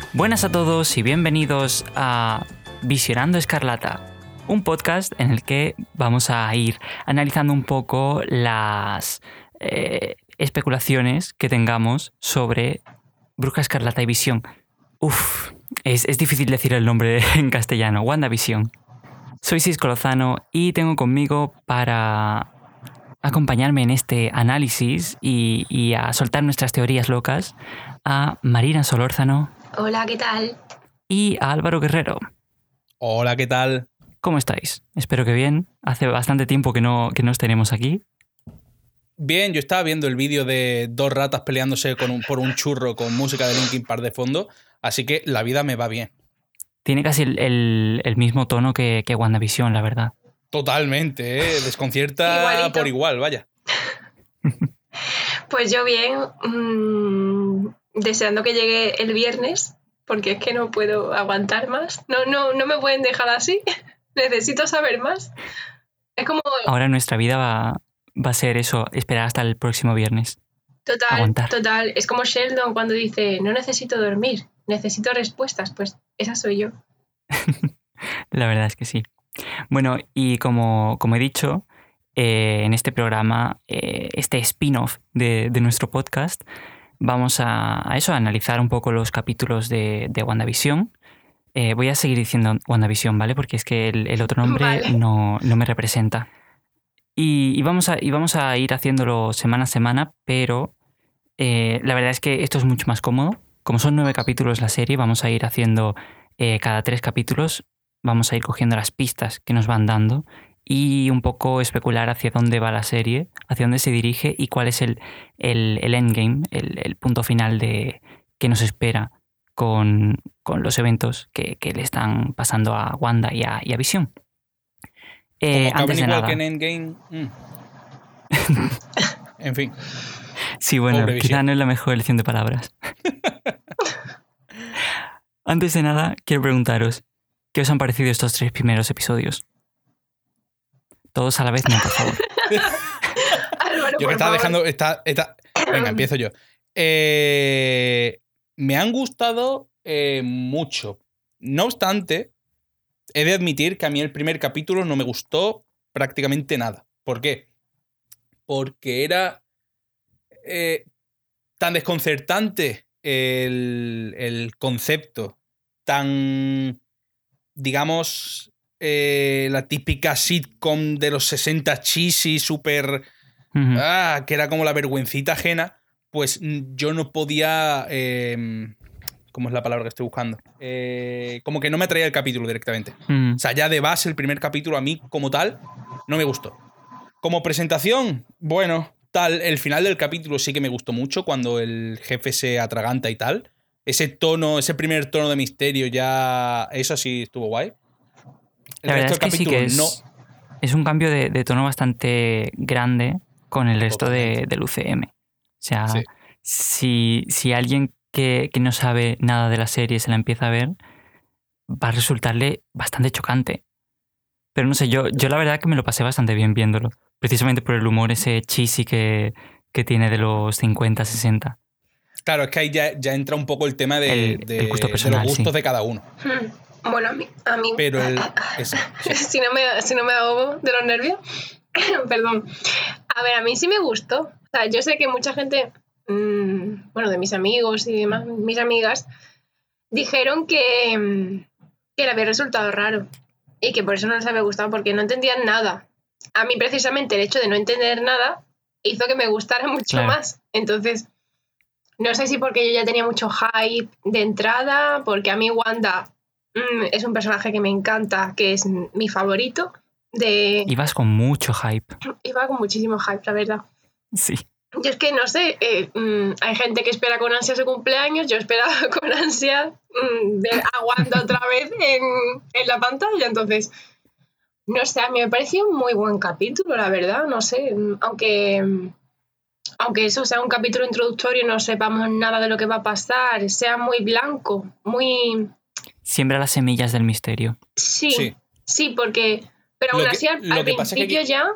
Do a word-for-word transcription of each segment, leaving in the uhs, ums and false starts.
Buenas a todos y bienvenidos a Visionando Escarlata, un podcast en el que vamos a ir analizando un poco las eh, especulaciones que tengamos sobre Bruja Escarlata y Visión. Uf, es, es difícil decir el nombre en castellano, WandaVision. Soy Cisco Lozano y tengo conmigo para acompañarme en este análisis y, y a soltar nuestras teorías locas a Marina Solórzano. Hola, ¿qué tal? Y a Álvaro Guerrero. Hola, ¿qué tal? ¿Cómo estáis? Espero que bien. Hace bastante tiempo que no, que no os tenemos aquí. Bien, yo estaba viendo el vídeo de dos ratas peleándose con un, por un churro con música de Linkin Park de fondo, así que la vida me va bien. Tiene casi el, el, el mismo tono que, que WandaVision, la verdad. Totalmente, ¿eh? Desconcierta Igualito. por igual, vaya. Pues yo bien, mmm, deseando que llegue el viernes, porque es que no puedo aguantar más. No, no, no me pueden dejar así. Necesito saber más. Es como... Ahora nuestra vida va, va a ser eso, esperar hasta el próximo viernes. Total, Aguantar. total. Es como Sheldon cuando dice, no necesito dormir, necesito respuestas. Pues esa soy yo. La verdad es que sí. Bueno, y como, como he dicho, eh, en este programa, eh, este spin-off de, de nuestro podcast, vamos a, a eso, a analizar un poco los capítulos de, de WandaVision. Eh, voy a seguir diciendo WandaVision, ¿vale? Porque es que el, el otro nombre Vale. no, no me representa. Y, y, vamos a, y vamos a ir haciéndolo semana a semana, pero eh, la verdad es que esto es mucho más cómodo. Como son nueve capítulos la serie, vamos a ir haciendo eh, cada tres capítulos, vamos a ir cogiendo las pistas que nos van dando y un poco especular hacia dónde va la serie, hacia dónde se dirige y cuál es el, el, el endgame, el, el punto final de que nos espera con, con los eventos que, que le están pasando a Wanda y a, y a Visión. Eh, Como antes de igual nada, que en Endgame. Mm. En fin. sí, bueno, Pobre quizá Visión. no es la mejor elección de palabras. Antes de nada, quiero preguntaros, ¿qué os han parecido estos tres primeros episodios? Todos a la vez, no, por favor. Álvaro, Yo que por estaba favor. dejando. Está, está... Venga, empiezo yo. Eh, me han gustado eh, mucho. No obstante, he de admitir que a mí el primer capítulo no me gustó prácticamente nada. ¿Por qué? Porque era eh, tan desconcertante el, el concepto, tan, digamos, eh, la típica sitcom de los sesenta cheesy, súper... Ujú. Ah, que era como la vergüencita ajena, pues mm, yo no podía... Eh, ¿cómo es la palabra que estoy buscando? Eh, como que no me atraía el capítulo directamente. Mm. O sea, ya de base el primer capítulo a mí como tal no me gustó. Como presentación, bueno, tal, el final del capítulo sí que me gustó mucho cuando el jefe se atraganta y tal. Ese tono, ese primer tono de misterio ya... Eso sí estuvo guay. El La verdad resto es que del sí capítulo que es, no. es un cambio de, de tono bastante grande con el resto de, Totalmente. del U C M. O sea, Sí. si, si alguien que, que no sabe nada de la serie se la empieza a ver, va a resultarle bastante chocante. Pero no sé, yo, yo la verdad que me lo pasé bastante bien viéndolo. Precisamente por el humor ese cheesy que, que tiene de los cincuenta, sesenta. Claro, es que ahí ya, ya entra un poco el tema de, El- de- el gusto de personal, los gustos sí. de cada uno. Hmm. Bueno, a mí... A mí Pero el... ese, sí. si, no me, si no me ahogo de los nervios. Perdón. A ver, a mí sí me gustó. O sea, yo sé que mucha gente, mmm, bueno, de mis amigos y demás, mis amigas, dijeron que, mm, que le había resultado raro y que por eso no les había gustado, porque no entendían nada. A mí precisamente el hecho de no entender nada hizo que me gustara mucho Claro. más. Entonces, no sé si porque yo ya tenía mucho hype de entrada, porque a mí Wanda mm, es un personaje que me encanta, que es mi favorito. De... Ibas con mucho hype. Iba con muchísimo hype, la verdad. Sí. Yo es que no sé, eh, mm, hay gente que espera con ansia su cumpleaños, yo esperaba con ansia mm, ver a Wanda otra vez en, en la pantalla, entonces, no sé, a mí me pareció un muy buen capítulo, la verdad, no sé, mm, aunque, mm, aunque eso sea un capítulo introductorio, no sepamos nada de lo que va a pasar, sea muy blanco, muy... Siembra las semillas del misterio. Sí, sí, Sí. porque... Pero Lo aún que- así, al, lo al que pasa es que principio aquí- ya...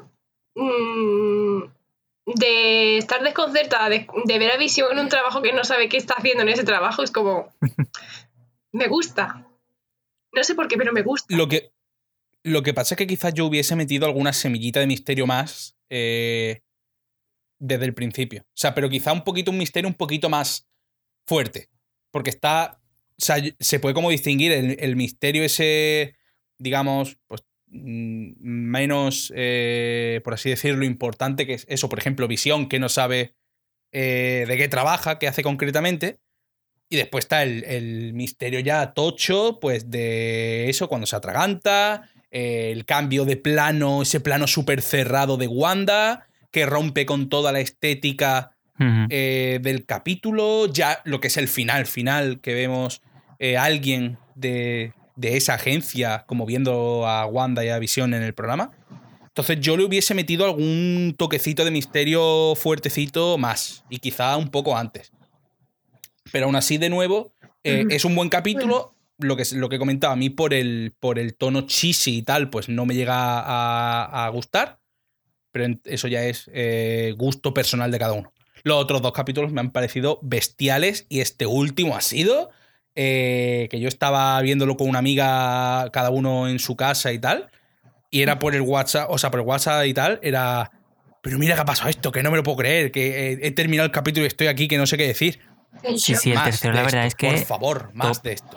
mm, de estar desconcertada, de, de ver a Visión en un trabajo que no sabe qué está haciendo en ese trabajo, es como... me gusta. No sé por qué, pero me gusta. Lo que, lo que pasa es que quizás yo hubiese metido alguna semillita de misterio más eh, desde el principio. O sea, pero quizá un poquito un misterio un poquito más fuerte. Porque está... O sea, se puede como distinguir el, el misterio ese, digamos, pues menos, eh, por así decirlo, importante, que es eso, por ejemplo, Visión, que no sabe eh, de qué trabaja, qué hace concretamente. Y después está el, el misterio ya tocho, pues de eso, cuando se atraganta, eh, el cambio de plano, ese plano súper cerrado de Wanda, que rompe con toda la estética uh-huh. eh, del capítulo, ya lo que es el final, final, que vemos eh, alguien de, de esa agencia como viendo a Wanda y a Visión en el programa. Entonces yo le hubiese metido algún toquecito de misterio fuertecito más, y quizá un poco antes. Pero aún así, de nuevo, eh, es un buen capítulo. Lo que, lo que comentaba, a mí por el, por el tono cheesy y tal, pues no me llega a, a gustar. Pero eso ya es eh, gusto personal de cada uno. Los otros dos capítulos me han parecido bestiales y este último ha sido eh, que yo estaba viéndolo con una amiga, cada uno en su casa y tal, y era por el WhatsApp, o sea, por el WhatsApp y tal, era, pero mira que ha pasado esto, que no me lo puedo creer, que he, he terminado el capítulo y estoy aquí, que no sé qué decir. Sí, sí, el más tercero, la verdad esto, es que... Por favor, más top. de esto.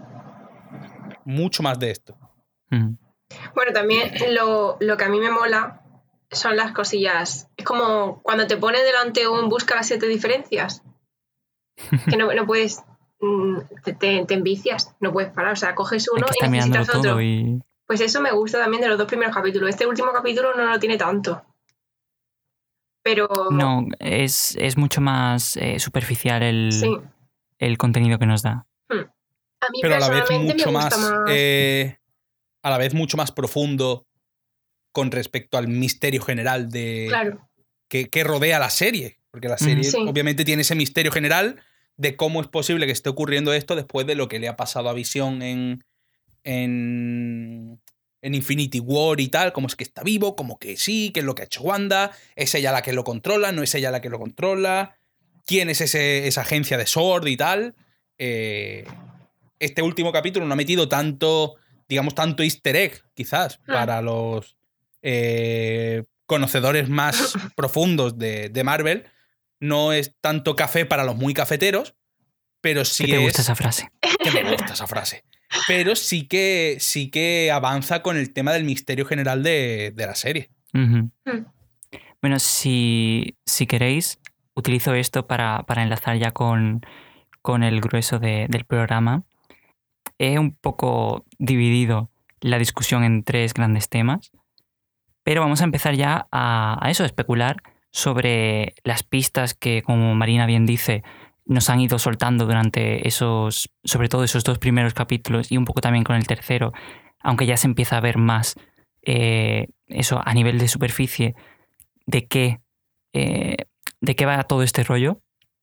Mucho más de esto. Mm. Bueno, también lo, lo que a mí me mola son las cosillas. Es como cuando te pones delante un busca las siete diferencias. Que no, no puedes... Te, te, te envicias, no puedes parar. O sea, coges uno y necesitas otro. Y... Pues eso me gusta también de los dos primeros capítulos. Este último capítulo no lo tiene tanto. Pero... No, es, es mucho más eh, superficial el, sí. el contenido que nos da. Hmm. A mí Pero a la vez mucho me más, más... Eh, a la vez mucho más profundo con respecto al misterio general de claro. que, que rodea la serie. Porque la serie sí. obviamente tiene ese misterio general de cómo es posible que esté ocurriendo esto después de lo que le ha pasado a Visión en... en en Infinity War y tal, como es que está vivo, como que sí, qué es lo que ha hecho Wanda, es ella la que lo controla, no es ella la que lo controla, quién es ese, esa agencia de S W O R D y tal. Eh, este último capítulo no ha metido tanto, digamos, tanto easter egg, quizás, ah. para los eh, conocedores más profundos de, de Marvel. No es tanto café para los muy cafeteros, pero sí ¿Qué te es... gusta esa frase? Que me gusta esa frase. Pero sí que, sí que avanza con el tema del misterio general de, de la serie. Uh-huh. Mm. Bueno, si, si queréis, utilizo esto para, para enlazar ya con, con el grueso de, del programa. He un poco dividido la discusión en tres grandes temas, pero vamos a empezar ya a, a eso, a especular sobre las pistas que, como Marina bien dice, nos han ido soltando durante esos, sobre todo esos dos primeros capítulos y un poco también con el tercero, aunque ya se empieza a ver más eh, eso a nivel de superficie de qué, eh, de qué va todo este rollo.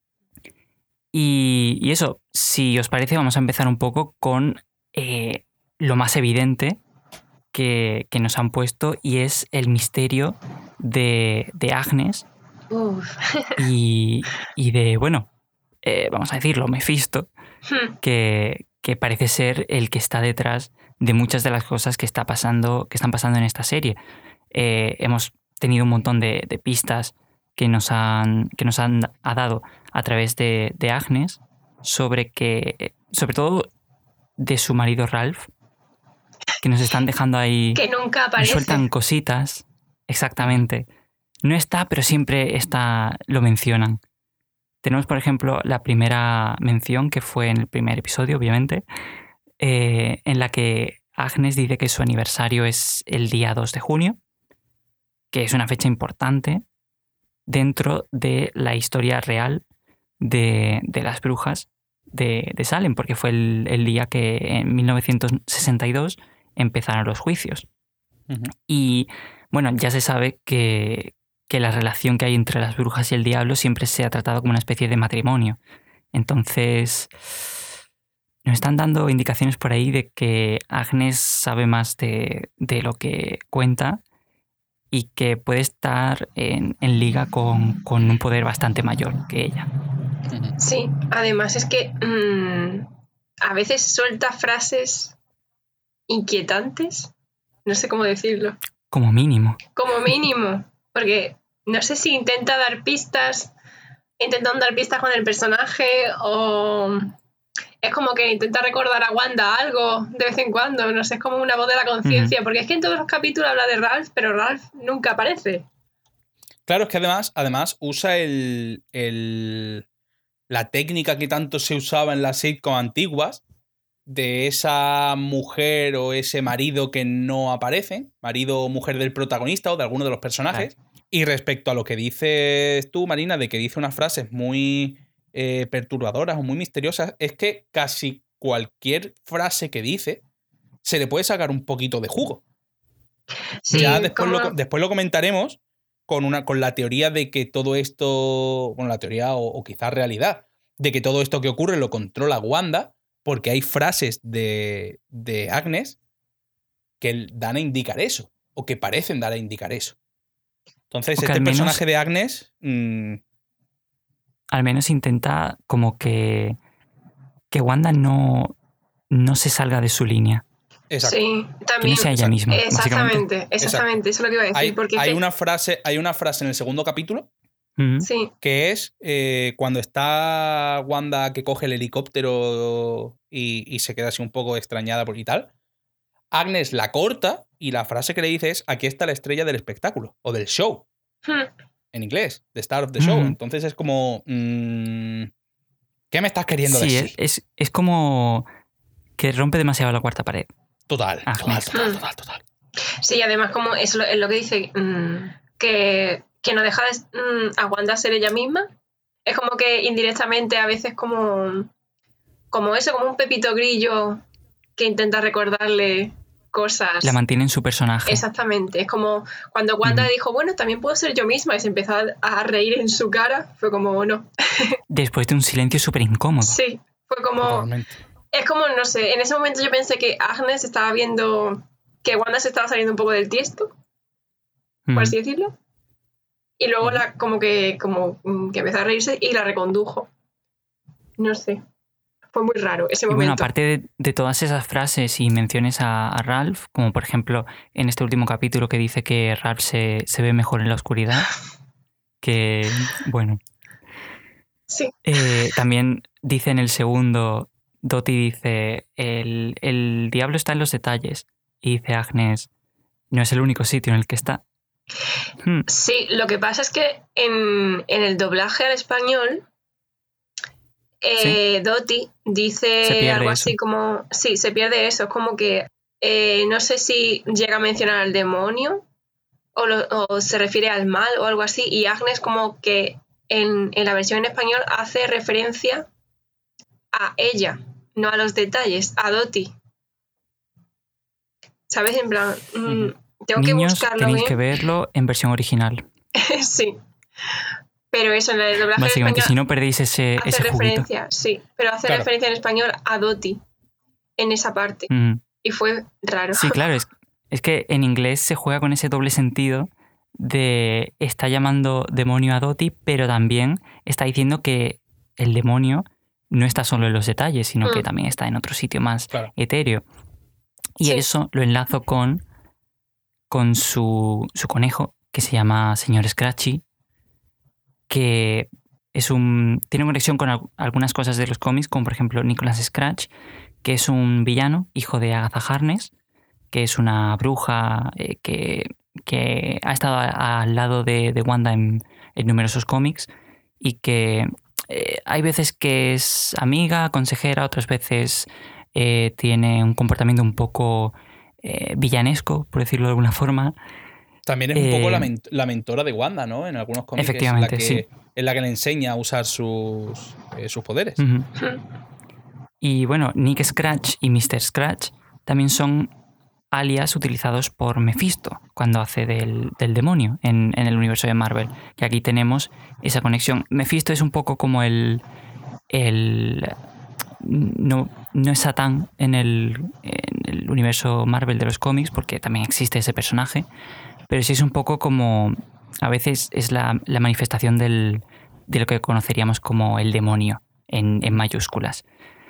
Y, y eso, si os parece, vamos a empezar un poco con eh, lo más evidente que, que nos han puesto, y es el misterio de, de Agnes y, y de, bueno, Eh, vamos a decirlo, Mephisto, hmm. que, que parece ser el que está detrás de muchas de las cosas que, está pasando, que están pasando en esta serie. Eh, hemos tenido un montón de, de pistas que nos han, que nos han ha dado a través de, de Agnes, sobre que, sobre todo de su marido Ralph, que nos están dejando ahí... Que nunca aparece. Nos sueltan cositas, exactamente. No está, pero siempre está, lo mencionan. Tenemos, por ejemplo, la primera mención, que fue en el primer episodio, obviamente, eh, en la que Agnes dice que su aniversario es el día dos de junio, que es una fecha importante dentro de la historia real de, de las brujas de, de Salem, porque fue el, el día que en mil novecientos sesenta y dos empezaron los juicios. Uh-huh. Y bueno, ya se sabe que... que la relación que hay entre las brujas y el diablo siempre se ha tratado como una especie de matrimonio. Entonces, nos están dando indicaciones por ahí de que Agnes sabe más de, de lo que cuenta y que puede estar en, en liga con, con un poder bastante mayor que ella. Sí, además es que mmm, a veces suelta frases inquietantes, no sé cómo decirlo. Como mínimo. Como mínimo, porque no sé si intenta dar pistas, intentan dar pistas con el personaje o es como que intenta recordar a Wanda algo de vez en cuando, no sé, es como una voz de la conciencia, uh-huh. porque es que en todos los capítulos habla de Ralph, pero Ralph nunca aparece. Claro, es que además, además usa el, el, la técnica que tanto se usaba en las sitcom antiguas, de esa mujer o ese marido que no aparecen, marido o mujer del protagonista o de alguno de los personajes. Claro. Y respecto a lo que dices tú, Marina, de que dice unas frases muy eh, perturbadoras o muy misteriosas, es que casi cualquier frase que dice se le puede sacar un poquito de jugo. Sí, ya después lo, después lo comentaremos con, una, con la teoría de que todo esto, bueno, la teoría o, o quizás realidad, de que todo esto que ocurre lo controla Wanda, porque hay frases de, de Agnes que dan a indicar eso, o que parecen dar a indicar eso. Entonces, este menos, personaje de Agnes... Mmm... Al menos intenta como que, que Wanda no, no se salga de su línea. Exacto. Sí, también. Que no sea ella misma. Exactamente, exactamente, eso es lo que iba a decir. Hay, porque hay, que... una frase, hay una frase en el segundo capítulo uh-huh. sí. que es eh, cuando está Wanda que coge el helicóptero y, y se queda así un poco extrañada por y tal. Agnes la corta y la frase que le dice es: aquí está la estrella del espectáculo o del show. Hmm. En inglés, the star of the show. Uh-huh. Entonces es como... Mmm, ¿qué me estás queriendo sí, decir? Es, es como que rompe demasiado la cuarta pared. Total, total, total, total, total. Sí, además como es lo, es lo que dice, mmm, que, que no deja de mmm, a Wanda ser ella misma. Es como que indirectamente a veces como, como eso, como un Pepito Grillo que intenta recordarle cosas. La mantiene en su personaje. Exactamente. Es como cuando Wanda mm. dijo, bueno, también puedo ser yo misma, y se empezó a reír en su cara. Fue como, no. Después de un silencio súper incómodo. Sí, fue como... Totalmente. Es como, no sé, en ese momento yo pensé que Agnes estaba viendo que Wanda se estaba saliendo un poco del tiesto, mm. por así decirlo. Y luego mm. la, como que como que empezó a reírse y la recondujo. No sé. Fue muy raro ese y momento. Bueno, aparte de, de todas esas frases y menciones a, a Ralph, como por ejemplo en este último capítulo que dice que Ralph se, se ve mejor en la oscuridad, que, bueno... Sí. Eh, también dice en el segundo, Dottie dice, el, el diablo está en los detalles. Y dice Agnes, no es el único sitio en el que está. Hmm. Sí, lo que pasa es que en, en el doblaje al español... Eh, ¿Sí? Dottie dice algo así eso. como... Sí, se pierde eso. Es como que eh, no sé si llega a mencionar al demonio o, lo, o se refiere al mal o algo así. Y Agnes como que en, en la versión en español hace referencia a ella, no a los detalles, a Dottie. ¿Sabes? En plan... Mmm, tengo Niños, que buscarlo tenéis bien. que verlo en versión original. Sí. Pero eso, en el doblaje básicamente, español, si no perdéis ese, hace ese referencia, juguito. Sí, pero hace claro. referencia en español a Dottie en esa parte. Mm. Y fue raro. Sí, claro, es, es que en inglés se juega con ese doble sentido de está llamando demonio a Dottie, pero también está diciendo que el demonio no está solo en los detalles, sino mm. que también está en otro sitio más claro. etéreo. Y sí. eso lo enlazo con, con su, su conejo, que se llama Señor Scratchy, que es un tiene conexión con al, algunas cosas de los cómics, como por ejemplo Nicholas Scratch, que es un villano, hijo de Agatha Harkness, que es una bruja eh, que, que ha estado a, al lado de, de Wanda en, en numerosos cómics y que eh, hay veces que es amiga, consejera, otras veces eh, tiene un comportamiento un poco eh, villanesco, por decirlo de alguna forma. También es un eh, poco la, ment- la mentora de Wanda, ¿no? En algunos cómics efectivamente, es la que, sí. es la que le enseña a usar sus, eh, sus poderes. Uh-huh. Y bueno, Nick Scratch y mister Scratch también son alias utilizados por Mephisto cuando hace del, del demonio en, en el universo de Marvel. Y aquí tenemos esa conexión. Mephisto es un poco como el... el no, no es Satán en el, en el universo Marvel de los cómics, porque también existe ese personaje, pero sí es un poco como... A veces es la, la manifestación del, de lo que conoceríamos como el demonio en, en mayúsculas.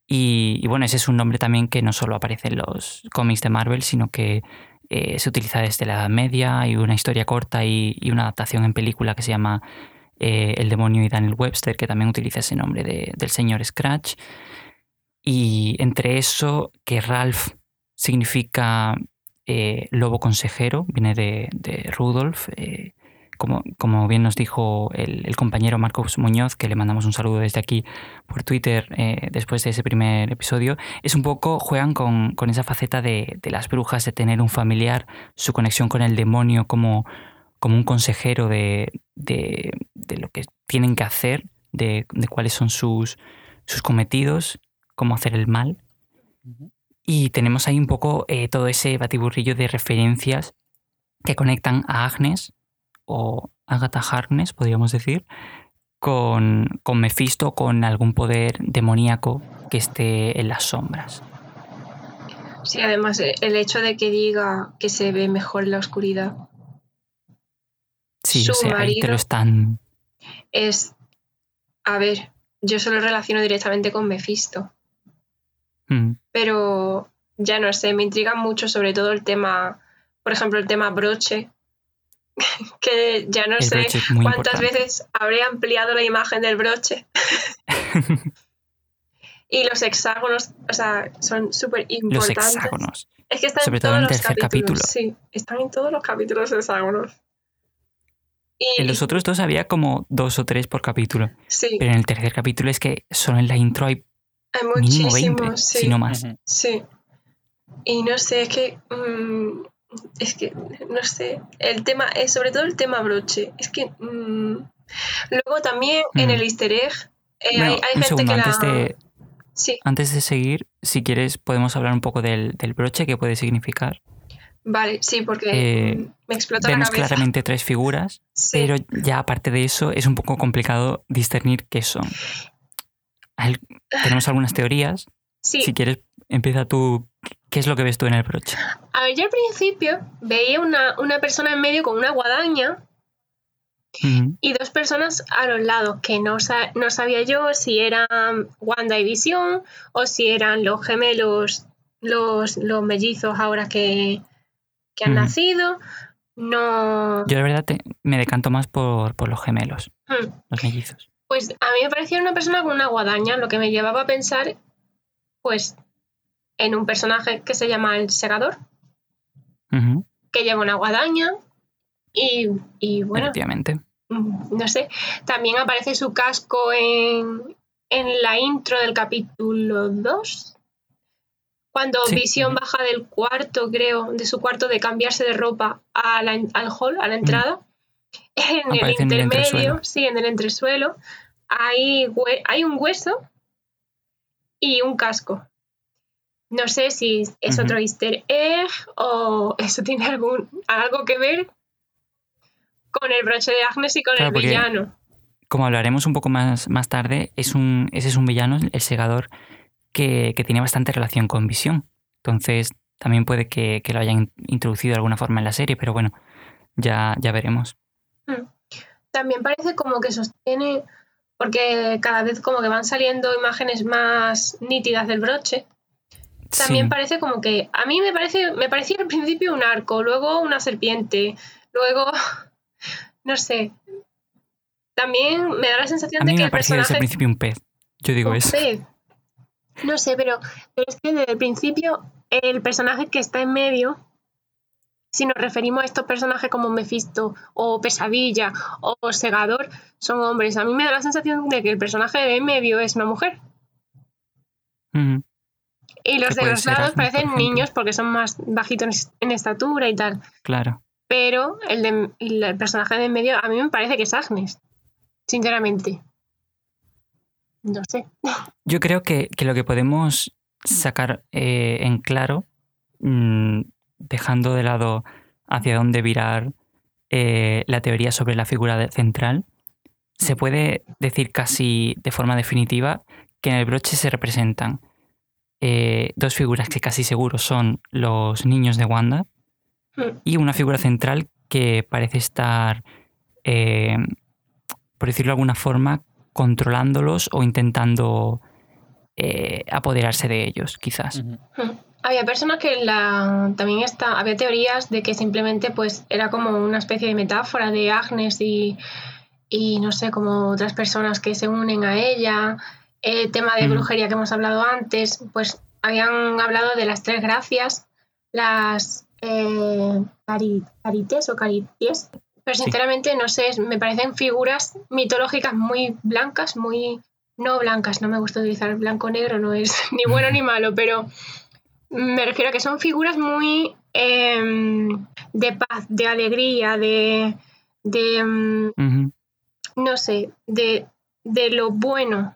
Y, y bueno, ese es un nombre también que no solo aparece en los cómics de Marvel, sino que eh, se utiliza desde la Edad Media. Hay una historia corta y, y una adaptación en película que se llama eh, El demonio y Daniel Webster, que también utiliza ese nombre de, del señor Scratch. Y entre eso, que Ralph significa eh, lobo consejero, viene de, de Rudolf, eh, como, como bien nos dijo el, el compañero Marcos Muñoz, que le mandamos un saludo desde aquí por Twitter eh, después de ese primer episodio, es un poco, juegan con, con esa faceta de, de las brujas, de tener un familiar, su conexión con el demonio como, como un consejero de, de, de lo que tienen que hacer, de, de cuáles son sus, sus cometidos, cómo hacer el mal. Uh-huh. Y tenemos ahí un poco eh, todo ese batiburrillo de referencias que conectan a Agnes, o Agatha Harkness, podríamos decir, con, con Mephisto, con algún poder demoníaco que esté en las sombras. Sí, además el hecho de que diga que se ve mejor en la oscuridad. Sí, Su o sea, ahí te lo están... Es... A ver, yo solo relaciono directamente con Mephisto. Mm. Pero ya no sé, me intriga mucho sobre todo el tema, por ejemplo, el tema broche, que ya no el sé cuántas importante. veces habré ampliado la imagen del broche. Y los hexágonos, o sea, son súper importantes. Los hexágonos. Es que están sobre en todo todos en el los tercer capítulos. capítulo. Sí, están en todos los capítulos hexágonos. Y... En los otros dos había como dos o tres por capítulo. Sí. Pero en el tercer capítulo es que solo en la intro hay, hay mínimo veinte, sí. si no más. Uh-huh. Sí. Y no sé, es que... Mmm, es que, no sé, el tema, es sobre todo el tema broche. Es que... Mmm, luego también mm. en el easter egg eh, bueno, hay, hay un gente segundo, que antes la... de, sí. antes de seguir, si quieres podemos hablar un poco del, del broche, qué puede significar. Vale, sí, porque eh, me explota vemos la cabeza. claramente tres figuras, sí. pero ya aparte de eso es un poco complicado discernir qué son. Hay, tenemos algunas teorías. Sí. Si quieres, empieza tú. ¿Qué es lo que ves tú en el broche? A ver, yo al principio veía una, una persona en medio con una guadaña uh-huh. y dos personas a los lados, que no, sa- no sabía yo si eran Wanda y Visión o si eran los gemelos, los, los mellizos ahora que... que han uh-huh. nacido, no... Yo la verdad te, me decanto más por, por los gemelos, hmm. los mellizos. Pues a mí me parecía una persona con una guadaña, lo que me llevaba a pensar, pues, en un personaje que se llama el Segador, uh-huh. que lleva una guadaña y, y bueno... Efectivamente. No sé, también aparece su casco en, en la intro del capítulo dos... Cuando sí. Visión baja del cuarto, creo, de su cuarto de cambiarse de ropa a la, al hall, a la entrada, mm. en Aparece el intermedio, en el sí, en el entresuelo, hay, hay un hueso y un casco. No sé si es uh-huh. otro easter egg o eso tiene algún, algo que ver con el broche de Agnes y con claro, el villano. Como hablaremos un poco más, más tarde, es un, ese es un villano, el Segador, Que, que tiene bastante relación con Visión. Entonces también puede que, que lo hayan introducido de alguna forma en la serie, pero bueno, ya, ya veremos. También parece como que sostiene, porque cada vez como que van saliendo imágenes más nítidas del broche. También sí. parece como que, a mí me parece, me parecía al principio un arco, luego una serpiente, luego, no sé. También me da la sensación a mí de que me el parecía personaje... desde el principio un pez. Yo digo un eso. Pez. No sé, pero, pero es que desde el principio el personaje que está en medio, si nos referimos a estos personajes como Mephisto o Pesadilla o Segador, son hombres. A mí me da la sensación de que el personaje de en medio es una mujer. Mm. Y los de los lados Agnes, parecen por niños porque son más bajitos en estatura y tal. Claro. Pero el, de, el personaje de en medio a mí me parece que es Agnes, sinceramente. No sé. Yo creo que, que lo que podemos sacar eh, en claro, mmm, dejando de lado hacia dónde virar eh, la teoría sobre la figura central, se puede decir casi de forma definitiva que en el broche se representan eh, dos figuras que casi seguro son los niños de Wanda mm. y una figura central que parece estar, eh, por decirlo de alguna forma, controlándolos o intentando eh, apoderarse de ellos, quizás. Ujú. Había personas que la también está, había teorías de que simplemente pues era como una especie de metáfora de Agnes y, y no sé, como otras personas que se unen a ella. El tema de Ujú. brujería que hemos hablado antes, pues habían hablado de las tres gracias, las eh, cari- carites o carities, pero Sí. sinceramente no sé, me parecen figuras mitológicas muy blancas, muy no blancas, no me gusta utilizar el blanco-negro, no es ni bueno ni malo, pero me refiero a que son figuras muy eh, de paz, de alegría, de, de mm, Ujú. no sé, de, de lo bueno.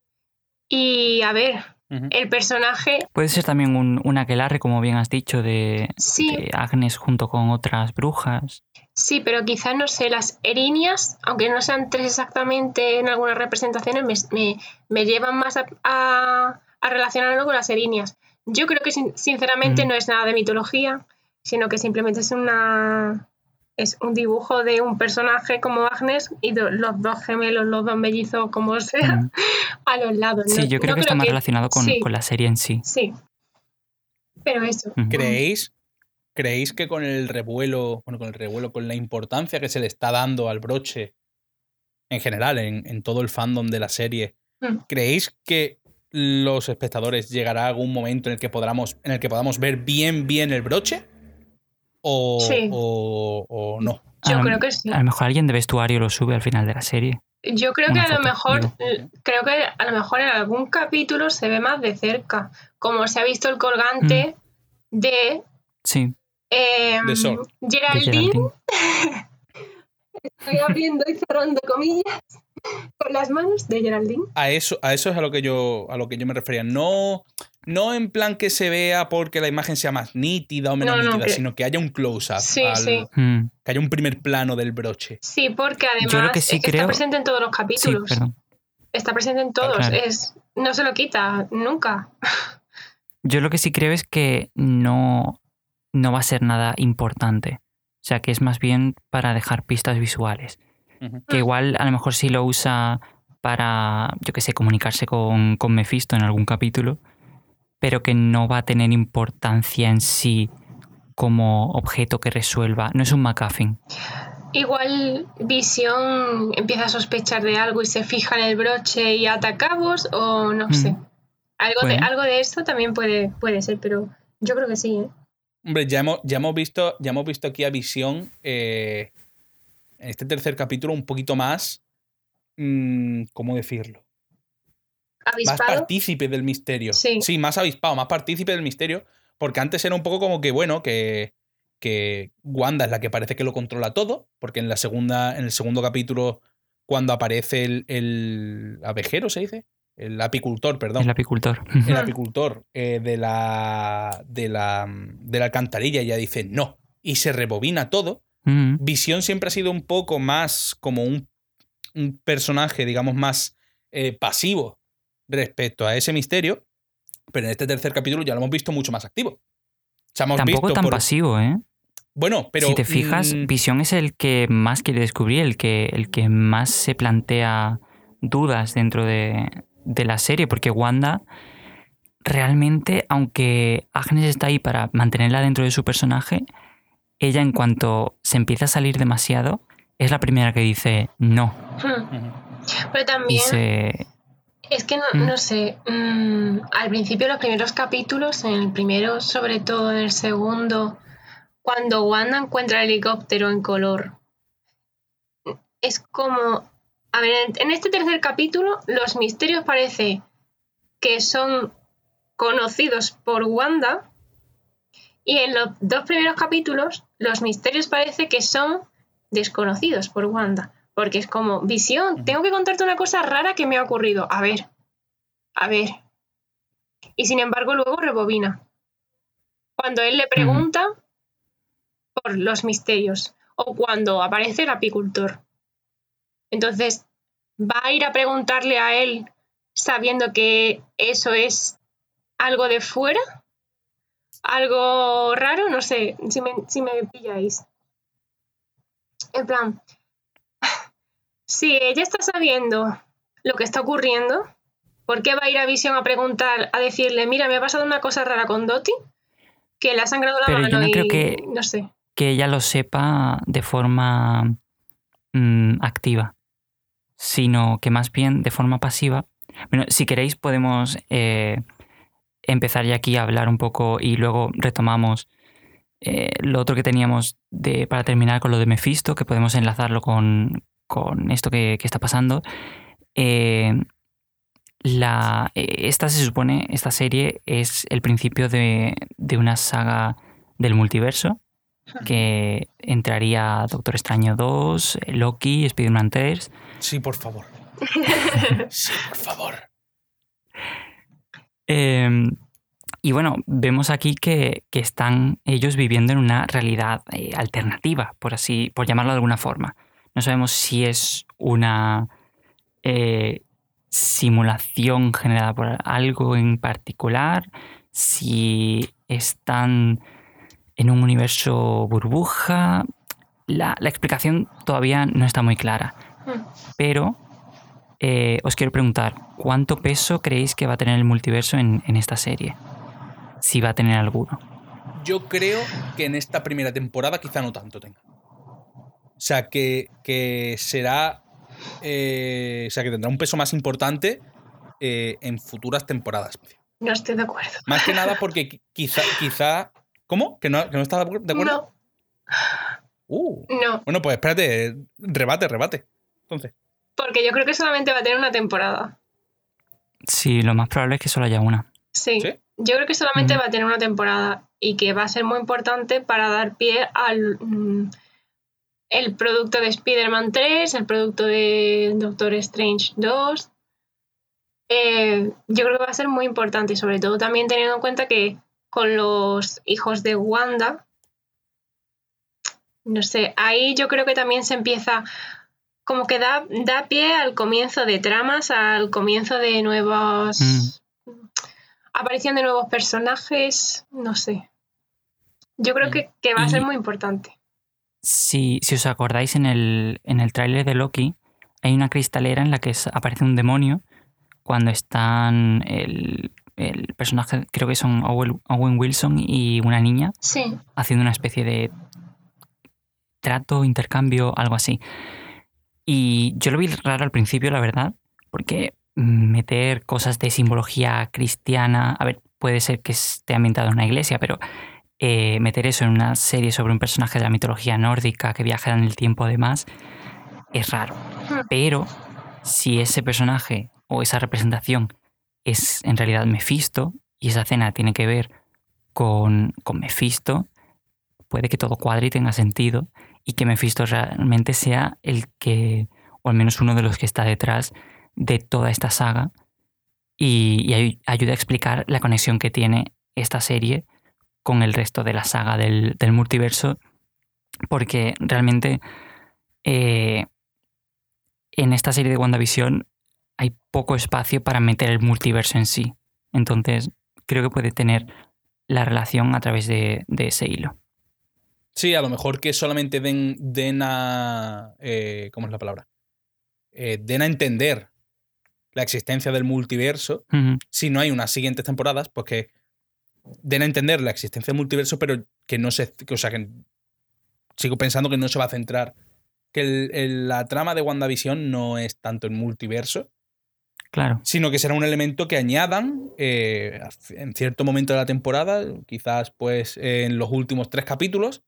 Y a ver, Ujú. el personaje, Puede ser también un, un aquelarre, como bien has dicho, de, sí, de Agnes junto con otras brujas. sí, pero quizás, no sé, las erinias, aunque no sean tres exactamente en algunas representaciones, me, me, me llevan más a, a, a relacionarlo con las erinias. Yo creo que sin- sinceramente Mm. no es nada de mitología, sino que simplemente es una es un dibujo de un personaje como Agnes y do- los dos gemelos, los dos mellizos, como sea, Mm. a los lados. Sí, no, yo creo no que está creo más que relacionado con, sí, con la serie en sí. sí, pero eso. Ujú. ¿Creéis, ¿Creéis que con el revuelo, bueno, con el revuelo, con la importancia que se le está dando al broche en general, en, en todo el fandom de la serie, Mm. ¿creéis que los espectadores llegará algún momento en el que podamos, en el que podamos ver bien, bien el broche? ¿O, Sí, o, o no? A yo lo, creo que sí. a lo mejor alguien de vestuario lo sube al final de la serie. Yo creo que Una a lo foto, mejor, digo. eh, creo que a lo mejor en algún capítulo se ve más de cerca, como se ha visto el colgante de Sí, eh, De Sword. de Geraldine, Geraldine. estoy abriendo y cerrando comillas con las manos de Geraldine. A eso, a eso es a lo que yo, a lo que yo me refería. No, no en plan que se vea porque la imagen sea más nítida o menos No, no, nítida, que sino que haya un close-up, sí, al- sí, Mm. que haya un primer plano del broche. sí, porque Yo lo que además sí es que está creo. presente en todos los Sí, capítulos, perdón. está presente en todos, Claro. es no se lo quita nunca. Yo lo que sí creo es que no, no va a ser nada importante. O sea, que es más bien para dejar pistas visuales. Ujú. Que igual a lo mejor sí lo usa para, yo qué sé, comunicarse con, con Mephisto en algún capítulo, pero que no va a tener importancia en sí como objeto que resuelva. No es un MacGuffin. Igual Visión empieza a sospechar de algo y se fija en el broche y ata cabos, o no Mm. sé. Algo de, Puede. algo de esto también puede, puede ser, pero yo creo que sí, ¿eh? Hombre, ya hemos, ya hemos visto, ya hemos visto aquí a Visión eh, en este tercer capítulo un poquito más. mm, ¿Cómo decirlo? Más Avispado. partícipe del misterio. Sí. Sí, más avispado, más partícipe del misterio. Porque antes era un poco como que, bueno, que, que Wanda es la que parece que lo controla todo. Porque en la segunda, en el segundo capítulo, cuando aparece el, el abejero, ¿se dice? El apicultor, perdón. El apicultor. El apicultor eh, de, la, de, la, de la alcantarilla ya dice no. Y se rebobina todo. Mm. Visión siempre ha sido un poco más como un, un personaje, digamos, más eh, pasivo respecto a ese misterio, pero en este tercer capítulo ya lo hemos visto mucho más activo. O sea, hemos Tampoco visto tan por... pasivo, ¿eh? Bueno, pero... Si te fijas, mm, Visión es el que más quiere descubrir, el que, el que más se plantea dudas dentro de, de la serie, porque Wanda realmente, aunque Agnes está ahí para mantenerla dentro de su personaje, ella en cuanto se empieza a salir demasiado, es la primera que dice no. Hmm. ujú. Pero Y también se... es que no, Mm. no sé, mm, al principio los primeros capítulos, en el primero sobre todo, en el segundo, cuando Wanda encuentra el helicóptero en color, es como, a ver, en, en este tercer capítulo los misterios parece que son conocidos por Wanda y en los dos primeros capítulos los misterios parece que son desconocidos por Wanda, porque es como, Visión, tengo que contarte una cosa rara que me ha ocurrido, a ver, a ver, y sin embargo luego rebobina cuando él le pregunta Ujú. por los misterios o cuando aparece el apicultor. Entonces, ¿va a ir a preguntarle a él sabiendo que eso es algo de fuera? ¿Algo raro? No sé, si me, si me pilláis. En plan, si ella está sabiendo lo que está ocurriendo, ¿Por qué va a ir a Visión a preguntar, a decirle, mira, me ha pasado una cosa rara con Dottie? Que le ha sangrado la Pero mano yo no y creo que, no sé. que ella lo sepa de forma mmm, activa, sino que más bien de forma pasiva. Bueno, si queréis podemos eh, empezar ya aquí a hablar un poco y luego retomamos eh, lo otro que teníamos de, para terminar con lo de Mephisto, que podemos enlazarlo con, con esto que, que está pasando. Eh, la, esta se supone, esta serie es el principio de, de una saga del multiverso que entraría Doctor Extraño dos, Loki, Spider-Man tres. Sí, por favor. Sí, por favor. Eh, y bueno, vemos aquí que, que están ellos viviendo en una realidad eh, alternativa, por así, por llamarlo de alguna forma. No sabemos si es una eh, simulación generada por algo en particular, si están en un universo burbuja. La, la explicación todavía no está muy clara, pero eh, os quiero preguntar, ¿cuánto peso creéis que va a tener el multiverso en, en esta serie? Si va a tener alguno. Yo creo que en esta primera temporada quizá no tanto tenga. O sea, que, que será... Eh, o sea, que tendrá un peso más importante eh, en futuras temporadas. No estoy de acuerdo. Más que nada porque quizá... quizá ¿Cómo? ¿Que no, que no estás de acuerdo? No. Uh. No. Bueno, pues espérate. Rebate, rebate. Entonces. Porque yo creo que solamente va a tener una temporada. Sí, lo más probable es que solo haya una. Sí. ¿Sí? Yo creo que solamente Mm. va a tener una temporada y que va a ser muy importante para dar pie al mm, el producto de Spider-Man tres, el producto de Doctor Strange dos. Eh, yo creo que va a ser muy importante y sobre todo también teniendo en cuenta que con los hijos de Wanda, no sé, ahí yo creo que también se empieza, como que da, da pie al comienzo de tramas, al comienzo de nuevos... Mm. aparición de nuevos personajes, no sé. Yo creo que, que va a Y- ser muy importante. Si, si os acordáis, en el, en el tráiler de Loki hay una cristalera en la que es- aparece un demonio cuando están el, el personaje, creo que son Owen, Owen Wilson y una niña, Sí. haciendo una especie de trato, intercambio, algo así. Y yo lo vi raro al principio, la verdad, porque meter cosas de simbología cristiana, a ver, puede ser que esté ambientado en una iglesia, pero eh, meter eso en una serie sobre un personaje de la mitología nórdica que viaja en el tiempo además, es raro. Pero si ese personaje o esa representación es en realidad Mephisto y esa cena tiene que ver con, con Mephisto, puede que todo cuadre y tenga sentido y que Mephisto realmente sea el que, o al menos uno de los que está detrás de toda esta saga y, y ay- ayuda a explicar la conexión que tiene esta serie con el resto de la saga del, del multiverso, porque realmente eh, en esta serie de WandaVision hay poco espacio para meter el multiverso en sí. Entonces creo que puede tener la relación a través de, de ese hilo. Sí, a lo mejor que solamente den, den a... eh, ¿cómo es la palabra? Eh, den a entender la existencia del multiverso. Ujú. Si no hay unas siguientes temporadas, pues que den a entender la existencia del multiverso, pero que no se... que, o sea, que sigo pensando que no se va a centrar. Que el- el- la trama de WandaVision no es tanto el multiverso, Claro. sino que será un elemento que añadan eh, en cierto momento de la temporada, quizás pues en los últimos tres capítulos,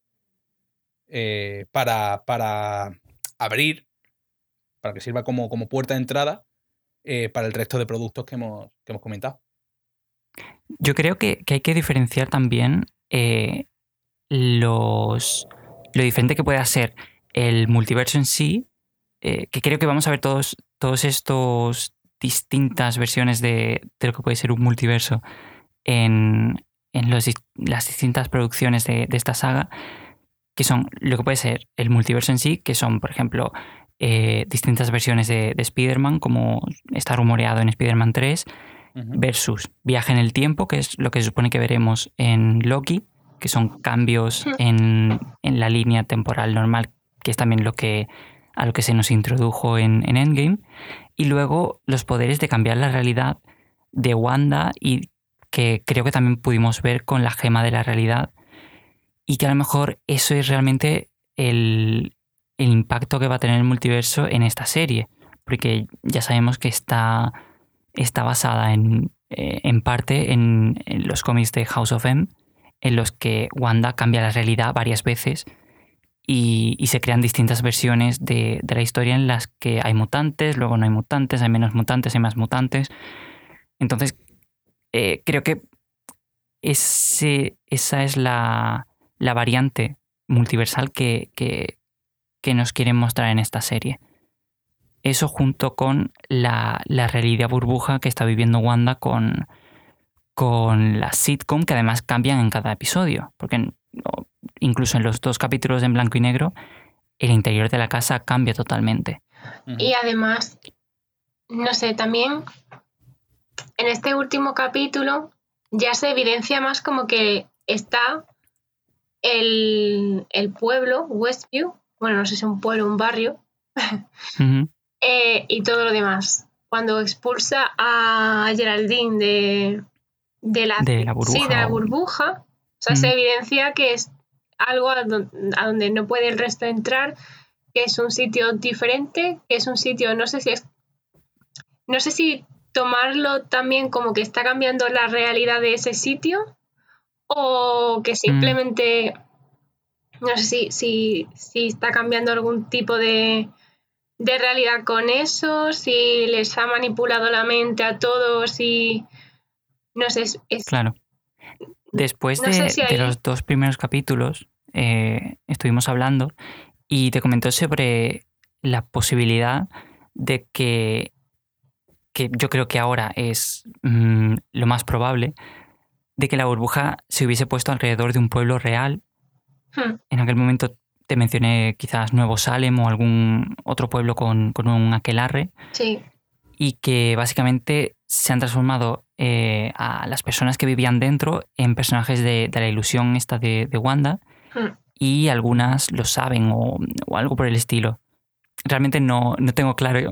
eh, para, para abrir, para que sirva como, como puerta de entrada eh, para el resto de productos que hemos, que hemos comentado. Yo creo que, que hay que diferenciar también eh, los, lo diferente que puede ser el multiverso en sí, eh, que creo que vamos a ver todos, todos estos distintas versiones de, de lo que puede ser un multiverso en, en los dis- las distintas producciones de, de esta saga, que son lo que puede ser el multiverso en sí, que son, por ejemplo, eh, distintas versiones de, de Spider-Man, como está rumoreado en Spider-Man tres, Ujú. versus viaje en el tiempo, que es lo que se supone que veremos en Loki, que son cambios en, en la línea temporal normal, que es también lo que, a lo que se nos introdujo en, en Endgame. Y luego los poderes de cambiar la realidad, de Wanda y que creo que también pudimos ver con la gema de la realidad, y que a lo mejor eso es realmente el, el impacto que va a tener el multiverso en esta serie, porque ya sabemos que está, está basada en, eh, en parte en, en los cómics de House of M, en los que Wanda cambia la realidad varias veces y, y se crean distintas versiones de, de la historia en las que hay mutantes, luego no hay mutantes, hay menos mutantes, hay más mutantes. Entonces, eh, creo que ese, esa es la, la variante multiversal que, que, que nos quieren mostrar en esta serie. Eso junto con la, la realidad burbuja que está viviendo Wanda con, con la sitcom, que además cambian en cada episodio, porque incluso en los dos capítulos en blanco y negro el interior de la casa cambia totalmente. Y además, no sé, también en este último capítulo ya se evidencia más como que está el, el pueblo, Westview, bueno, no sé si es un pueblo o un barrio, Uh-huh. eh, y todo lo demás. Cuando expulsa a Geraldine de, de, la, De la burbuja. Sí, de la burbuja, o sea, Mm. se evidencia que es algo a don- a donde no puede el resto entrar, que es un sitio diferente, que es un sitio, no sé si es, no sé si tomarlo también como que está cambiando la realidad de ese sitio o que simplemente, no sé si, si, si está cambiando algún tipo de, de realidad con eso, si les ha manipulado la mente a todos y no sé, es, es- Claro. Después No sé de, si de ahí- los dos primeros capítulos eh, estuvimos hablando y te comentó sobre la posibilidad de que, que yo creo que ahora es mm, lo más probable, de que la burbuja se hubiese puesto alrededor de un pueblo real. Hmm, En aquel momento te mencioné quizás Nuevo Salem o algún otro pueblo con, con un aquelarre, sí, y que básicamente se han transformado eh, a las personas que vivían dentro en personajes de, de la ilusión esta de, de Wanda, hmm. y algunas lo saben o, o algo por el estilo. Realmente no, no tengo claro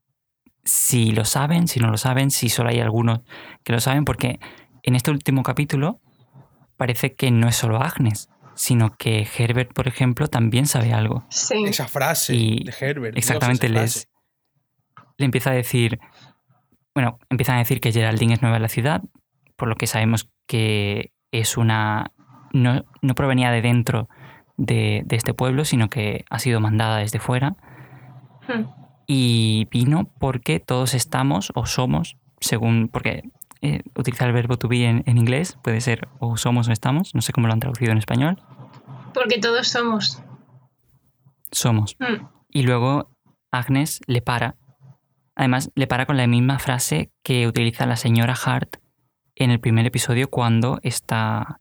si lo saben, si no lo saben, si solo hay algunos que lo saben, porque en este último capítulo parece que no es solo Agnes, sino que Herbert, por ejemplo, también sabe algo. Sí. Esa frase Y de Herbert. Dios, exactamente, esa les, frase. le empieza a decir, bueno, empiezan a decir que Geraldine es nueva en la ciudad, por lo que sabemos que es una, no, no provenía de dentro de, de este pueblo, sino que ha sido mandada desde fuera, Hmm. y vino porque todos estamos o somos, según, porque eh, utiliza el verbo to be en, en inglés, puede ser o somos o estamos, no sé cómo lo han traducido en español, Porque todos somos. somos. Hmm. Y luego Agnes le para. Además, le para con la misma frase que utiliza la señora Hart en el primer episodio cuando está,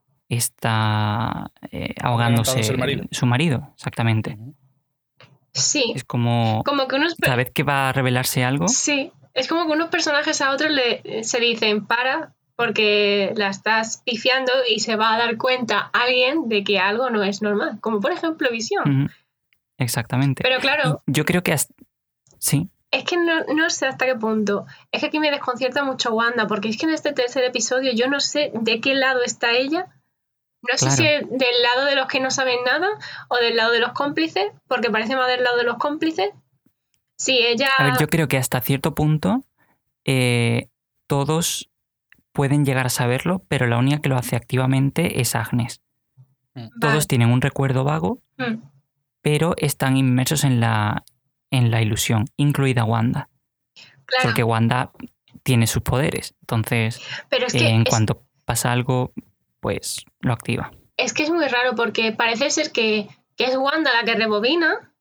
está eh, ahogándose Ahogándose el marido. su marido. Exactamente. Ujú. Sí, Es como como que unos... cada vez que va a revelarse algo, Sí, es como que unos personajes a otros le, se dicen para porque la estás pifiando y se va a dar cuenta alguien de que algo no es normal, como por ejemplo Visión. ujú, exactamente. Pero claro, Y yo creo que hasta, sí, es que no, no sé hasta qué punto. Es que aquí me desconcierta mucho Wanda, porque es que en este tercer episodio yo no sé de qué lado está ella. No sé Claro. si es del lado de los que no saben nada o del lado de los cómplices, porque parece más del lado de los cómplices. Sí, ella... a ver, yo creo que hasta cierto punto eh, todos pueden llegar a saberlo, pero la única que lo hace activamente es Agnes. Vale. Todos tienen un recuerdo vago, Mm, pero están inmersos en la, en la ilusión, incluida Wanda. claro, Porque Wanda tiene sus poderes. Entonces, pero es eh, que en es- cuanto pasa algo, pues lo activa. Es que es muy raro porque parece ser que, que es Wanda la que rebobina,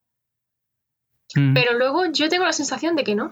Mm, pero luego yo tengo la sensación de que no.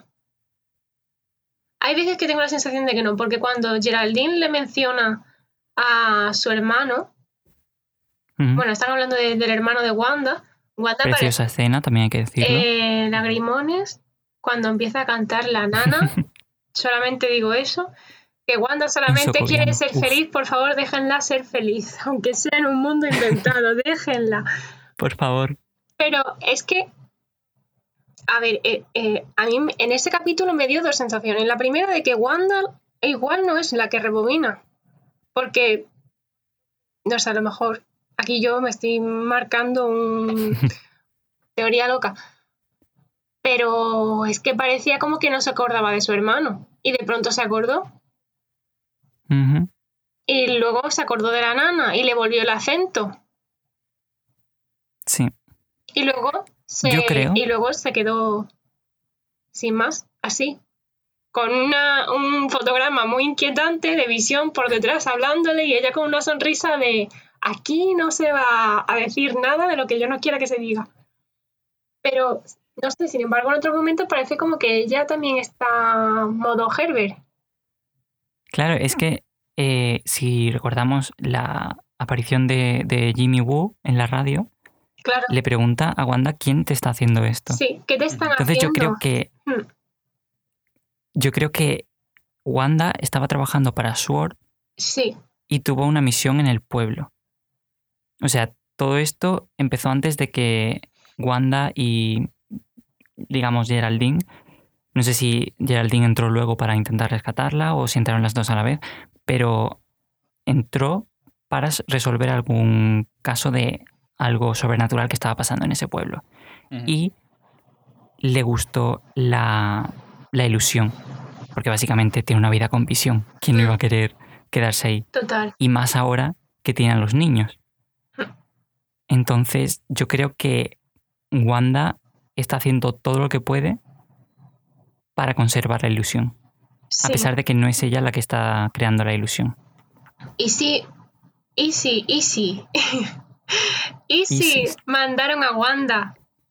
Hay veces que tengo la sensación de que no, porque cuando Geraldine le menciona a su hermano, mm. bueno, están hablando de- del hermano de Wanda, Wanda Preciosa escena, también hay que decirlo. eh, lagrimones, cuando empieza a cantar la nana, solamente digo eso, que Wanda solamente Socoviano, quiere ser uf. feliz, por favor déjenla ser feliz, aunque sea en un mundo inventado, déjenla. Por favor. Pero es que, a ver, eh, eh, a mí en ese capítulo me dio dos sensaciones. La primera de que Wanda igual no es la que rebobina. Porque, no sé, a lo mejor aquí yo me estoy marcando un teoría loca. Pero es que parecía como que no se acordaba de su hermano. Y de pronto se acordó. Uh-huh. Y luego se acordó de la nana y le volvió el acento. Sí. Y luego se, Yo creo. y luego se quedó sin más, así. Con una, un fotograma muy inquietante de Visión por detrás hablándole y ella con una sonrisa de aquí no se va a decir nada de lo que yo no quiera que se diga. Pero, no sé, sin embargo, en otro momento parece como que ella también está modo Herbert. Claro, es que eh, si recordamos la aparición de, de Jimmy Woo en la radio, Claro. le pregunta a Wanda quién te está haciendo esto. Sí, ¿qué te están Entonces haciendo? yo creo que Hmm. yo creo que Wanda estaba trabajando para SWORD Sí, y tuvo una misión en el pueblo. O sea, todo esto empezó antes de que Wanda y, digamos, Geraldine, no sé si Geraldine entró luego para intentar rescatarla o si entraron las dos a la vez, pero entró para resolver algún caso de algo sobrenatural que estaba pasando en ese pueblo. Uh-huh. Y le gustó la, la ilusión, porque básicamente tiene una vida con Visión. ¿Quién no iba a querer quedarse ahí? total. Y más ahora que tienen a los niños. Entonces yo creo que Wanda está haciendo todo lo que puede para conservar la ilusión, Sí. a pesar de que no es ella la que está creando la ilusión. Y sí, y sí, y sí. y Y sí, sí. mandaron a Wanda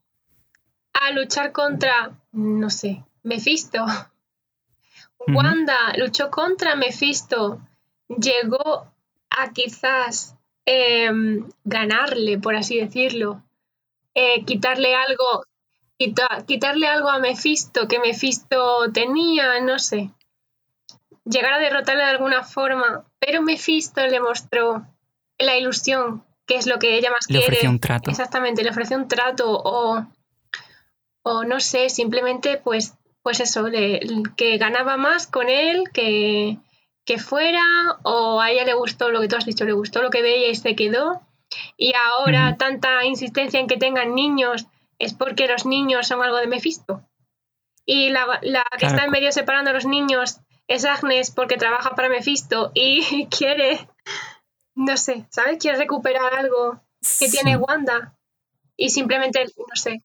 a luchar contra, no sé, Mephisto. Ujú. Wanda luchó contra Mephisto. Llegó a quizás eh, ganarle, por así decirlo. Eh, quitarle algo, quita, quitarle algo a Mephisto que Mephisto tenía, no sé. Llegar a derrotarle de alguna forma. Pero Mephisto le mostró la ilusión, que es lo que ella más Le quiere. ofreció un trato. Exactamente, le ofreció un trato o, o no sé, simplemente pues, pues eso, le, que ganaba más con él, que, que fuera, o a ella le gustó lo que tú has dicho, le gustó lo que veía y se quedó. Y ahora Ujú. tanta insistencia en que tengan niños es porque los niños son algo de Mephisto. Y la, la que Claro. está en medio separando a los niños es Agnes porque trabaja para Mephisto y quiere, no sé, ¿sabes? Quiere recuperar algo que Sí. tiene Wanda y simplemente, no sé.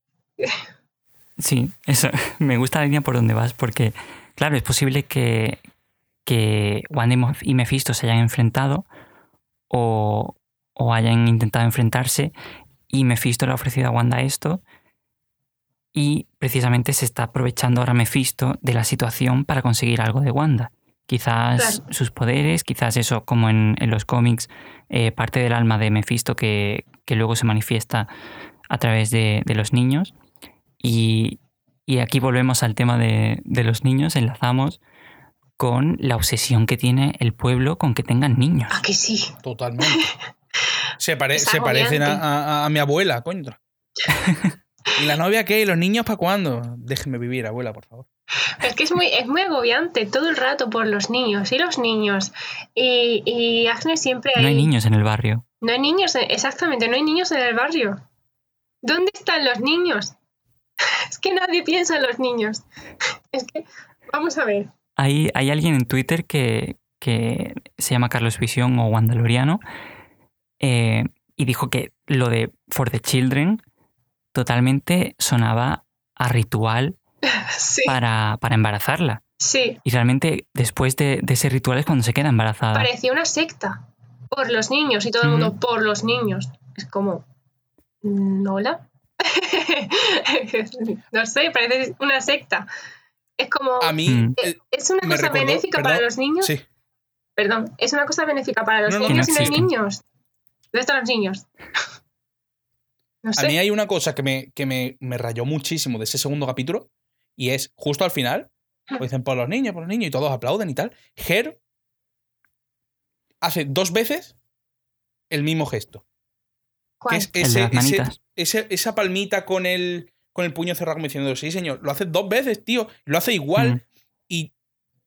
Sí, eso. Me gusta la línea por donde vas porque, claro, es posible que, que Wanda y Mephisto se hayan enfrentado o, o hayan intentado enfrentarse y Mephisto le ha ofrecido a Wanda esto y precisamente se está aprovechando ahora Mephisto de la situación para conseguir algo de Wanda. Quizás Claro. sus poderes, quizás eso, como en, en los cómics, eh, parte del alma de Mephisto que, que luego se manifiesta a través de, de los niños. Y, y aquí volvemos al tema de, de los niños, enlazamos con la obsesión que tiene el pueblo con que tengan niños. ¿A que sí? Totalmente. Se, pare- Es se parecen a, agobiante. a- a mi abuela, coño. ¿Y la novia qué? ¿Y los niños para cuándo? Déjeme vivir, abuela, por favor. Es que es muy, es muy agobiante todo el rato por los niños y los niños. Y, y Agnes siempre No hay ahí. niños en el barrio. No hay niños, exactamente, no hay niños en el barrio. ¿Dónde están los niños? Es que nadie piensa en los niños. Es que, vamos a ver. Hay, hay alguien en Twitter que, que se llama Carlos Visión o Wandaloriano eh, y dijo que lo de For the Children totalmente sonaba a ritual Sí, para, para embarazarla. sí. Y realmente después de, de ese ritual es cuando se queda embarazada. Parecía una secta. Por los niños y todo el Ujú. mundo por los niños. Es como, mm, ¿hola? No sé, parece una secta. Es como, A mí Mm. eh, eh, es una me cosa recordó- benéfica perdón, para los niños. Sí. Perdón, es una cosa benéfica para los No, no, niños que y no no hay existen. niños. ¿Dónde están los niños? No A sé. mí hay una cosa que me, que me, me rayó muchísimo de ese segundo capítulo y es justo al final, pues dicen por los niños, por los niños y todos aplauden y tal. Her hace dos veces el mismo gesto. ¿Cuál? Que es El de ese, las ese- manitas. ese- esa palmita con el, con el puño cerrado como diciendo, sí señor, lo hace dos veces, tío, lo hace igual Mm. y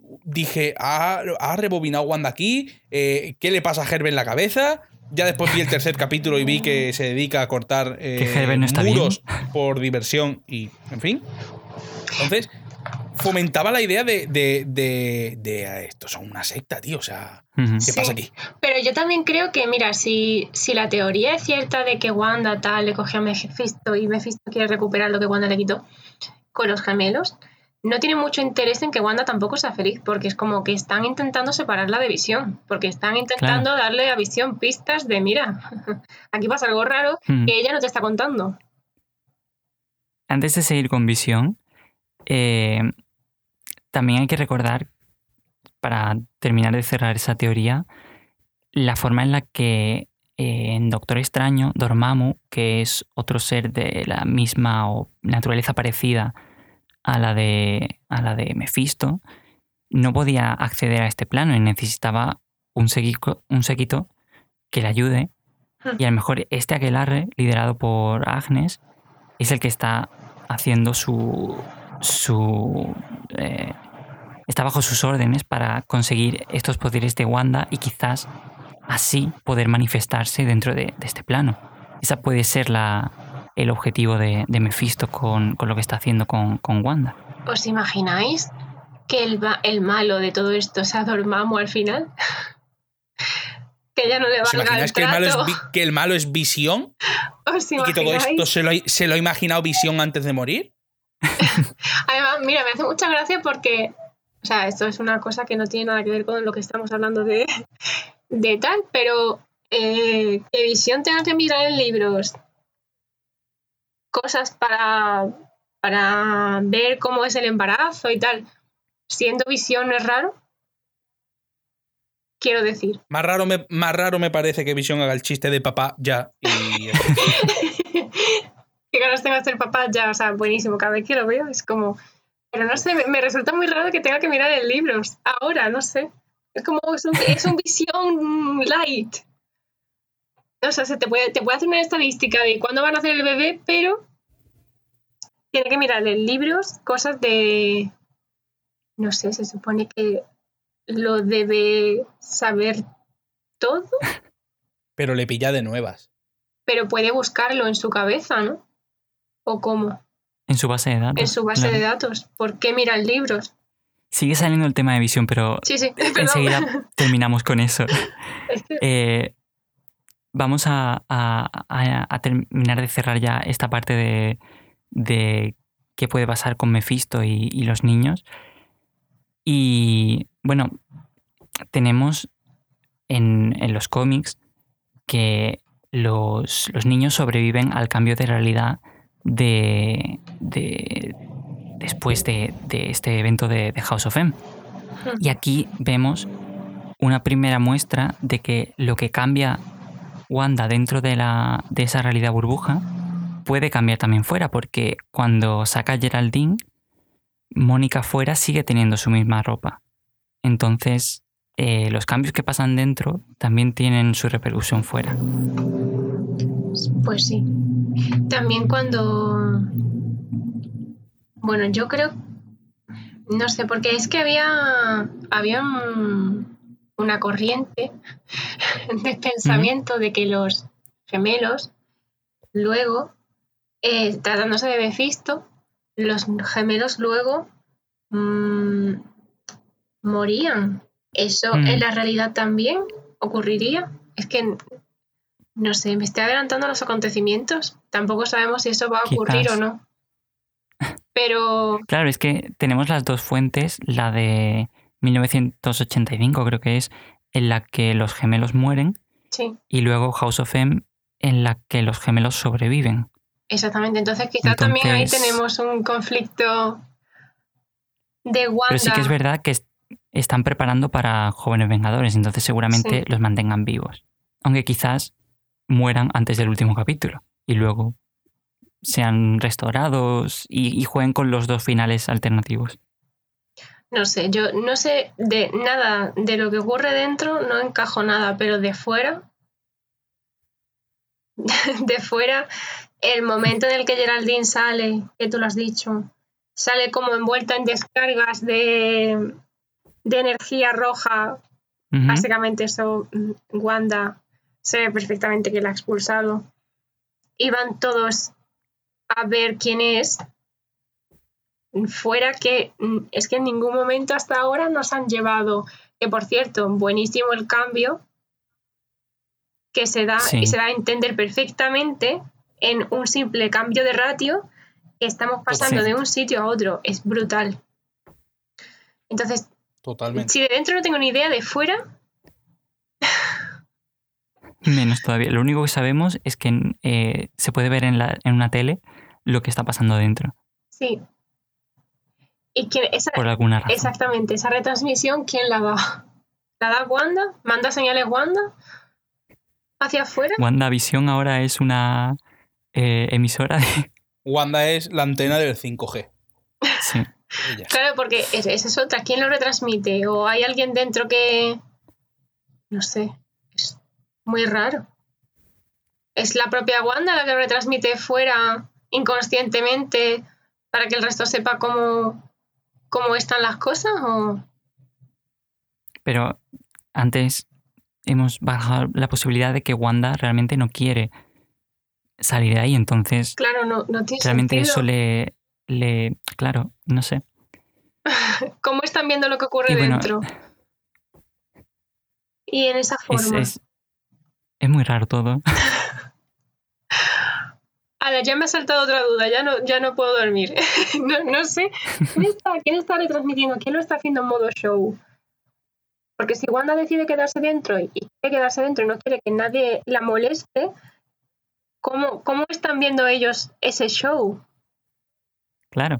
dije, ¿ha, ha rebobinado Wanda aquí? Eh, ¿Qué le pasa a Herb en la cabeza? Ya después vi el tercer capítulo y vi que se dedica a cortar eh, no muros bien. por diversión y, en fin. Entonces, fomentaba la idea de, de, de, de esto son una secta, tío. O sea, ¿qué sí, pasa aquí? Pero yo también creo que, mira, si, si la teoría es cierta de que Wanda tal le cogió a Mephisto y Mephisto quiere recuperar lo que Wanda le quitó con los gemelos, no tiene mucho interés en que Wanda tampoco sea feliz, porque es como que están intentando separarla de Visión, porque están intentando claro. darle a Visión pistas de, mira, aquí pasa algo raro mm. que ella no te está contando. Antes de seguir con Visión, eh, también hay que recordar, para terminar de cerrar esa teoría, la forma en la que eh, en Doctor Extraño, Dormammu, que es otro ser de la misma o naturaleza parecida a la de, a la de Mephisto, no podía acceder a este plano y necesitaba un séquito, un séquito que le ayude. Y a lo mejor este aquelarre, liderado por Agnes, es el que está haciendo su... su eh, está bajo sus órdenes para conseguir estos poderes de Wanda y quizás así poder manifestarse dentro de, de este plano. Esa puede ser la... el objetivo de, de Mephisto con, con lo que está haciendo con, con Wanda. ¿Os imagináis que el, el malo de todo esto sea Dormammu al final? Que ya no le valga el trato. Que el malo es, que el malo es Visión? ¿Os ¿Y que todo esto se lo, se lo ha imaginado Visión antes de morir? Además, mira, me hace mucha gracia porque, o sea, esto es una cosa que no tiene nada que ver con lo que estamos hablando de, de tal, pero eh, que Visión tenga que mirar en libros cosas para, para ver cómo es el embarazo y tal, siendo Visión no es raro, quiero decir. Más raro me, más raro me parece que Visión haga el chiste de papá ya y... que ganas tenga de ser papá ya, o sea, buenísimo, cada vez que lo veo es como... Pero no sé, me, me resulta muy raro que tenga que mirar en libros, ahora, no sé. Es como, es un, es un Visión light. O sea, se te puede, te puede hacer una estadística de cuándo van a hacer el bebé, pero tiene que mirar en libros cosas de... No sé, se supone que lo debe saber todo. Pero le pilla de nuevas. Pero puede buscarlo en su cabeza, ¿no? ¿O cómo? En su base de datos. En su base claro. de datos. ¿Por qué miran libros? Sigue saliendo el tema de Visión, pero sí, sí, enseguida terminamos con eso. Es que... eh, Vamos a, a, a, a terminar de cerrar ya esta parte de, de qué puede pasar con Mephisto y, y los niños. Y bueno, tenemos en, en los cómics que los, los niños sobreviven al cambio de realidad de, de después de, de este evento de, de House of M. Y aquí vemos una primera muestra de que lo que cambia Wanda dentro de, la, de esa realidad burbuja puede cambiar también fuera, porque cuando saca a Geraldine, Mónica fuera sigue teniendo su misma ropa. Entonces, eh, los cambios que pasan dentro también tienen su repercusión fuera. Pues sí. También cuando... Bueno, yo creo... No sé, porque es que había... Había un... una corriente de pensamiento mm. de que los gemelos luego, eh, tratándose de Mephisto, los gemelos luego mmm, morían. ¿Eso mm. en la realidad también ocurriría? Es que, no sé, me estoy adelantando a los acontecimientos. Tampoco sabemos si eso va a ocurrir Quizás. o no. Pero... Claro, es que tenemos las dos fuentes, la de mil novecientos ochenta y cinco creo que es, en la que los gemelos mueren, sí. y luego House of M, en la que los gemelos sobreviven. Exactamente, entonces quizá entonces, también ahí tenemos un conflicto de Wanda. Pero sí que es verdad que est- están preparando para Jóvenes Vengadores, entonces seguramente sí. los mantengan vivos. Aunque quizás mueran antes del último capítulo y luego sean restaurados y, y jueguen con los dos finales alternativos. No sé, yo no sé de nada de lo que ocurre dentro, no encajo nada, pero de fuera, de fuera, el momento en el que Geraldine sale, que tú lo has dicho, sale como envuelta en descargas de, de energía roja. Ujú. Básicamente eso, Wanda se ve perfectamente que la ha expulsado. Y van todos a ver quién es. Fuera que es que en ningún momento hasta ahora nos han llevado, que por cierto, buenísimo el cambio que se da Sí. y se da a entender perfectamente en un simple cambio de ratio que estamos pasando Sí. de un sitio a otro. Es brutal. Entonces, Totalmente. si de dentro no tengo ni idea, de fuera, Menos todavía. Lo único que sabemos es que eh, se puede ver en, la, en una tele lo que está pasando dentro, sí. Y que esa, por alguna razón. exactamente, esa retransmisión, ¿quién la da? ¿La da Wanda? ¿Manda señales Wanda hacia afuera? WandaVision ahora es una eh, emisora de... Wanda es la antena del cinco G. Sí. Ella. Claro, porque esa es otra. ¿Quién lo retransmite? ¿O hay alguien dentro que...? No sé. Es muy raro. ¿Es la propia Wanda la que lo retransmite fuera inconscientemente para que el resto sepa cómo, cómo están las cosas? ¿O...? Pero antes hemos bajado la posibilidad de que Wanda realmente no quiere salir de ahí, entonces Claro, no, no tiene realmente sentido. eso le, le... Claro, no sé. ¿Cómo están viendo lo que ocurre Y bueno, dentro? Y en esa es, forma. es, es muy raro todo. Ahora, ya me ha saltado otra duda, ya no, ya no puedo dormir. no, no sé. ¿Quién está, ¿Quién está retransmitiendo? ¿Quién lo está haciendo en modo show? Porque si Wanda decide quedarse dentro y quiere quedarse dentro y no quiere que nadie la moleste, ¿cómo, cómo están viendo ellos ese show? Claro.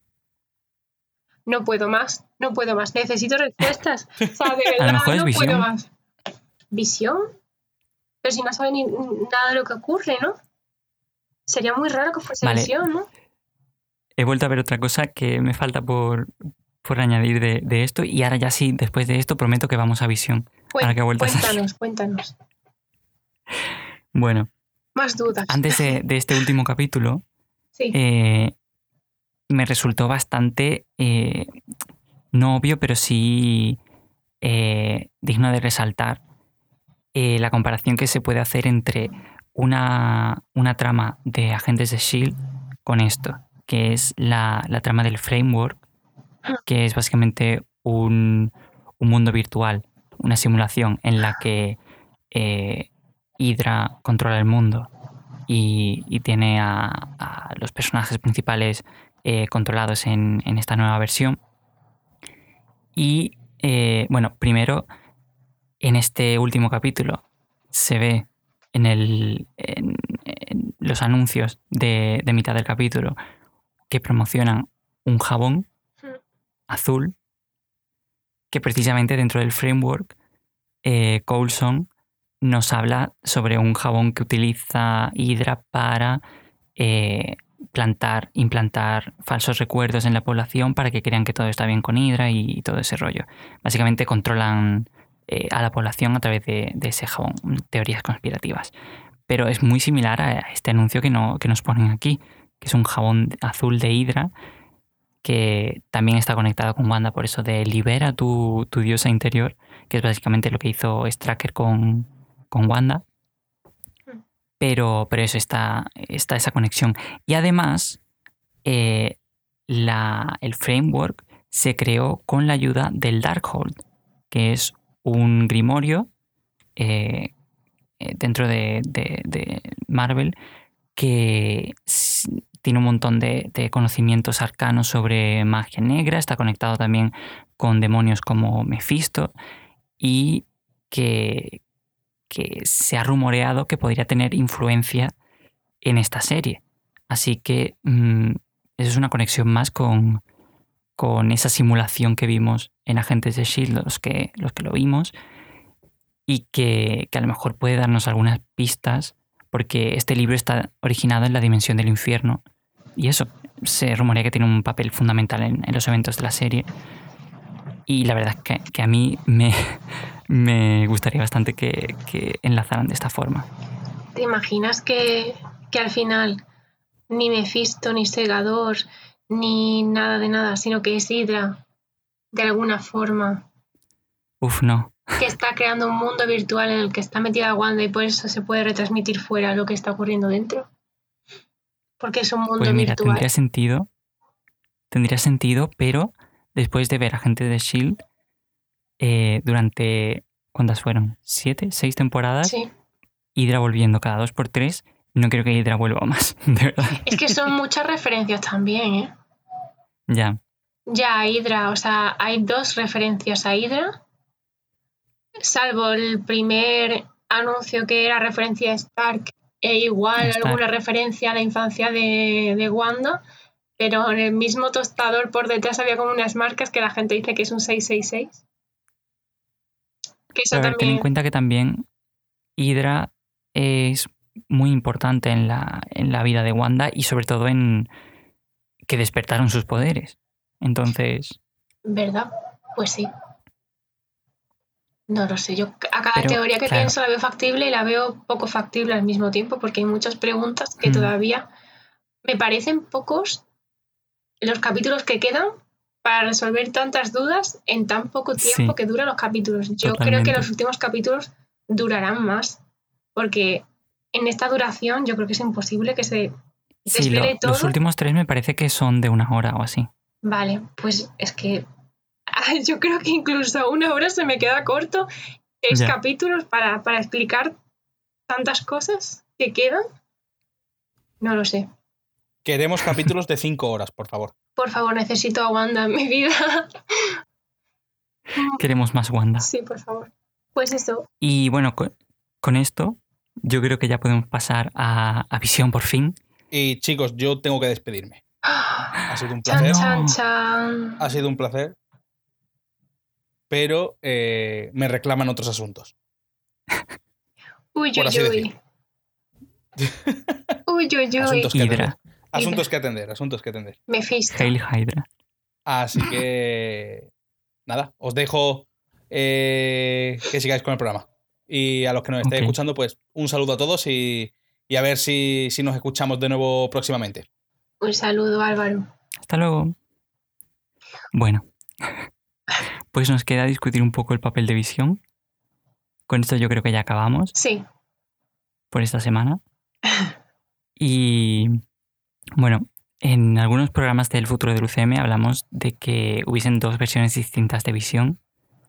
No puedo más, no puedo más. Necesito respuestas. O sea, de A lo verdad, mejor es no puedo visión. más. ¿Visión? Pero si no sabe ni nada de lo que ocurre, ¿no? Sería muy raro que fuese Vale. visión, ¿no? He vuelto a ver otra cosa que me falta por, por añadir de, de esto y ahora ya sí, después de esto prometo que vamos a visión. Ahora que ha vuelto a salir. Cuéntanos, cuéntanos. Bueno, Más dudas. antes de, de este último capítulo, Sí. eh, me resultó bastante, eh, no obvio, pero sí eh, digno de resaltar eh, la comparación que se puede hacer entre una, una trama de Agentes de S H I E L D con esto, que es la, la trama del framework, que es básicamente un, un mundo virtual, una simulación en la que eh, Hydra controla el mundo y, y tiene a, a los personajes principales eh, controlados en, en esta nueva versión. Y eh, bueno, primero, en este último capítulo se ve en, el, en, en los anuncios de, de mitad del capítulo que promocionan un jabón azul que precisamente dentro del framework eh, Coulson nos habla sobre un jabón que utiliza Hydra para eh, plantar, implantar falsos recuerdos en la población para que crean que todo está bien con Hydra y, y todo ese rollo. Básicamente controlan eh, a la población a través de, de ese jabón, teorías conspirativas. Pero es muy similar a este anuncio que, no, que nos ponen aquí, que es un jabón azul de Hydra que también está conectado con Wanda, por eso de libera tu, tu diosa interior, que es básicamente lo que hizo Stracker con, con Wanda. Pero, pero eso, está, está esa conexión. Y además, eh, la, el framework se creó con la ayuda del Darkhold, que es un grimorio eh, dentro de, de, de Marvel que tiene un montón de, de conocimientos arcanos sobre magia negra, está conectado también con demonios como Mephisto y que, que se ha rumoreado que podría tener influencia en esta serie. Así que mmm, eso es una conexión más con, con esa simulación que vimos en Agentes de S H I E L D, los que, los que lo vimos, y que, que a lo mejor puede darnos algunas pistas, porque este libro está originado en la dimensión del infierno y eso se rumorea que tiene un papel fundamental en, en los eventos de la serie. Y la verdad es que, que a mí me, me gustaría bastante que, que enlazaran de esta forma. ¿Te imaginas que, que al final ni Mephisto, ni Segador, ni nada de nada, sino que es Hydra de alguna forma. Uf, no. Que está creando un mundo virtual en el que está metida Wanda y por eso se puede retransmitir fuera lo que está ocurriendo dentro. Porque es un mundo Pues mira, virtual. tendría sentido. Tendría sentido, pero después de ver a gente de S H I E L D eh, durante, ¿cuántas fueron? ¿Siete? ¿Seis temporadas? Sí. Hydra volviendo cada dos por tres. No quiero que Hydra vuelva más, de verdad. Es que son muchas referencias también, ¿eh? Ya. Ya, Hydra, o sea, hay dos referencias a Hydra, salvo el primer anuncio que era referencia a Stark e igual Stark. alguna referencia a la infancia de, de Wanda, pero en el mismo tostador por detrás había como unas marcas que la gente dice que es un seis seis seis. Que eso Pero a ver, ten también... en cuenta que también Hydra es muy importante en la, en la vida de Wanda y sobre todo en que despertaron sus poderes. Entonces... ¿Verdad? Pues sí. No lo sé, yo a cada Pero, teoría que claro. pienso la veo factible y la veo poco factible al mismo tiempo, porque hay muchas preguntas que Mm. todavía me parecen pocos los capítulos que quedan para resolver tantas dudas en tan poco tiempo Sí. que duran los capítulos. Yo Totalmente. creo que los últimos capítulos durarán más, porque en esta duración yo creo que es imposible que se Sí, lo- desvele todo. los últimos tres me parece que son de una hora o así. Vale, pues es que yo creo que incluso una hora se me queda corto. Seis Ya. capítulos para, para explicar tantas cosas que quedan. No lo sé. Queremos capítulos de cinco horas, por favor. Por favor, necesito a Wanda en mi vida. Queremos más Wanda. Sí, por favor. Pues eso. Y bueno, con, con esto yo creo que ya podemos pasar a, a Visión por fin. Y chicos, yo tengo que despedirme. Ha sido un Chan, placer. chan, chan. Ha sido un placer. Pero eh, me reclaman otros asuntos. Uy, por uy, así uy. Uy, uy, uy. Asuntos que atender. Hydra. Asuntos que atender, asuntos que atender. Mephisto. Hail Hydra. Así que nada, os dejo eh, que sigáis con el programa. Y a los que nos estéis Ok. escuchando, pues un saludo a todos y, y a ver si, si nos escuchamos de nuevo próximamente. Un saludo, Álvaro. Hasta luego. Bueno, pues nos queda discutir un poco el papel de Visión. Con esto yo creo que ya acabamos Sí. por esta semana. Y bueno, en algunos programas del futuro del U C M hablamos de que hubiesen dos versiones distintas de Visión.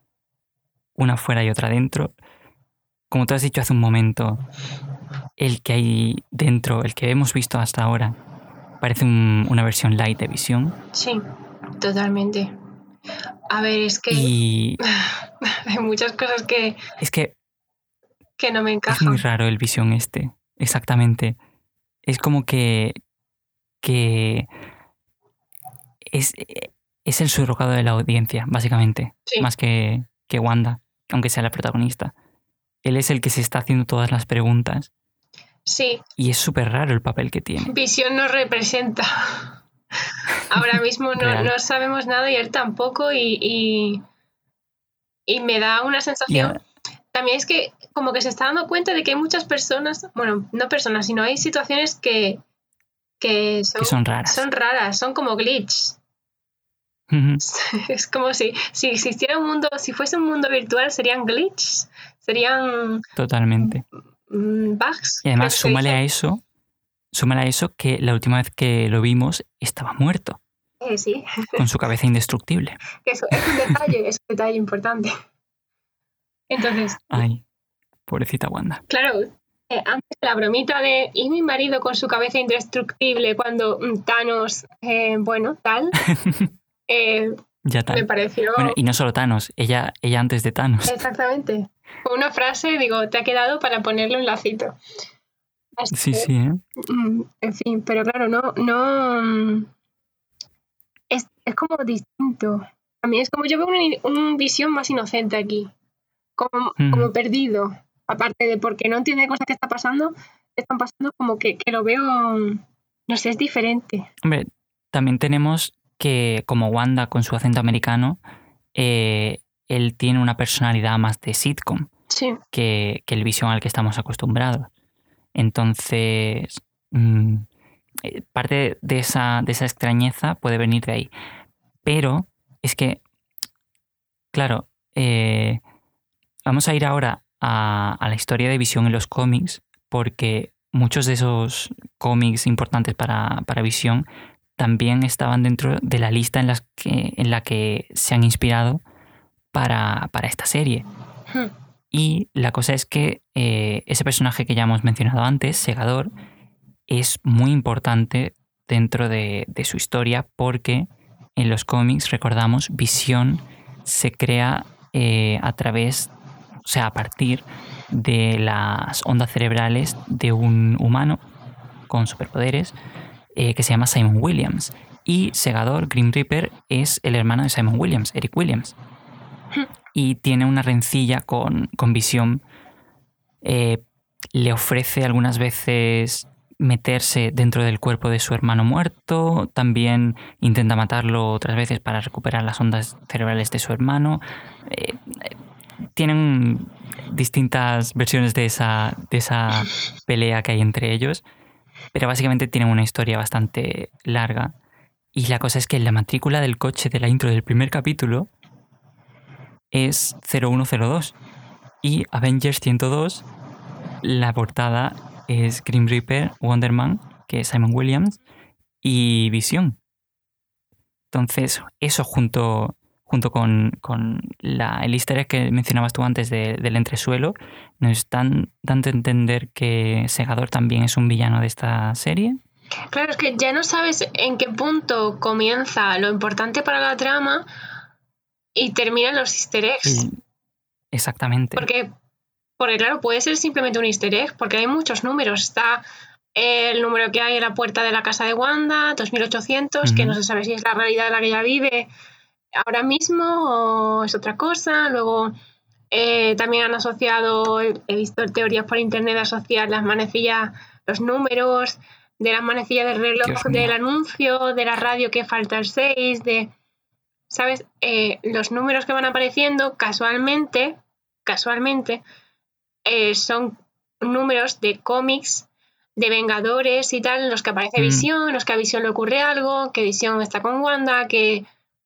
Una fuera y otra dentro. Como tú has dicho hace un momento, el que hay dentro, el que hemos visto hasta ahora, parece un- una versión light de Visión. Sí, totalmente. A ver, es que Y hay muchas cosas que, es que que no me es encajan. muy raro el Visión este. Exactamente. Es como que. que. Es, es el surrogado de la audiencia, básicamente. Sí. Más que, que Wanda, aunque sea la protagonista. Él es el que se está haciendo todas las preguntas. Sí, Y es súper raro el papel que tiene. Visión nos representa. Ahora mismo no, Real. no sabemos nada y él tampoco y, y, y me da una Y sensación... ahora- También es que como que se está dando cuenta de que hay muchas personas, bueno, no personas, sino hay situaciones que, que, son, que son raras. son raras, son como glitches. Ujú. Es como si, si existiera un mundo, si fuese un mundo virtual, serían glitches, serían Totalmente. mm, bugs. Y además, creo que se súmale dice. a eso. Súmale a eso que la última vez que lo vimos estaba muerto, Eh, sí, con su cabeza indestructible. que eso es un detalle, es un detalle importante. Entonces, Ay, pobrecita Wanda. claro, eh, antes la bromita de ¿y mi marido con su cabeza indestructible cuando mm, Thanos, eh, bueno, tal, eh, Ya me tal. pareció Bueno, y no solo Thanos, ella, ella antes de Thanos. exactamente. Con una frase, digo, te ha quedado para ponerle un lacito. Así Sí, que, sí, ¿eh? mm, en fin, pero claro, no, no mm, es, es como distinto. A mí es como yo veo una, una visión más inocente aquí, como, Mm. como perdido. Aparte de porque no entiende cosas que está pasando, están pasando como que, que lo veo, no sé, es diferente. Hombre, también tenemos que, como Wanda con su acento americano, eh, él tiene una personalidad más de sitcom Sí, que, que el Visión al que estamos acostumbrados. Entonces, mm, eh, parte de esa, de esa extrañeza puede venir de ahí. Pero es que Claro, eh, vamos a ir ahora a, a la historia de Visión en los cómics, porque muchos de esos cómics importantes para, para Visión también estaban dentro de la lista en, las que, en la que se han inspirado para, para esta serie. Hmm. Y la cosa es que eh, ese personaje que ya hemos mencionado antes, Segador, es muy importante dentro de, de su historia porque en los cómics, recordamos, Visión se crea eh, a través, o sea, a partir de las ondas cerebrales de un humano con superpoderes eh, que se llama Simon Williams. Y Segador, Grim Reaper, es el hermano de Simon Williams, Eric Williams. Y tiene una rencilla con, con Visión. Eh, le ofrece algunas veces meterse dentro del cuerpo de su hermano muerto. También intenta matarlo otras veces para recuperar las ondas cerebrales de su hermano. Eh, eh, tienen distintas versiones de esa, de esa pelea que hay entre ellos. Pero básicamente tienen una historia bastante larga. Y la cosa es que la matrícula del coche de la intro del primer capítulo es cero uno cero dos. Y Avengers ciento dos, la portada es Grim Reaper, Wonder Man, que es Simon Williams, y Visión. Entonces, eso junto, junto con, con la, el easter egg que mencionabas tú antes de, del entresuelo, nos están dando a entender que Segador también es un villano de esta serie. Claro, es que ya no sabes en qué punto comienza lo importante para la trama y terminan los easter eggs. Sí, exactamente. Porque, porque, claro, puede ser simplemente un easter egg, porque hay muchos números. Está el número que hay en la puerta de la casa de Wanda, dos mil ochocientos, uh-huh. que no se sabe si es la realidad en la que ella vive ahora mismo o es otra cosa. Luego eh, también han asociado, he visto teorías por internet de asociar las manecillas, los números de las manecillas del reloj, del anuncio, de la radio que falta el seis, de, ¿sabes? Eh, los números que van apareciendo casualmente, casualmente, eh, son números de cómics de Vengadores y tal, en los que aparece mm. Visión, en los que a Visión le ocurre algo, que Visión está con Wanda, que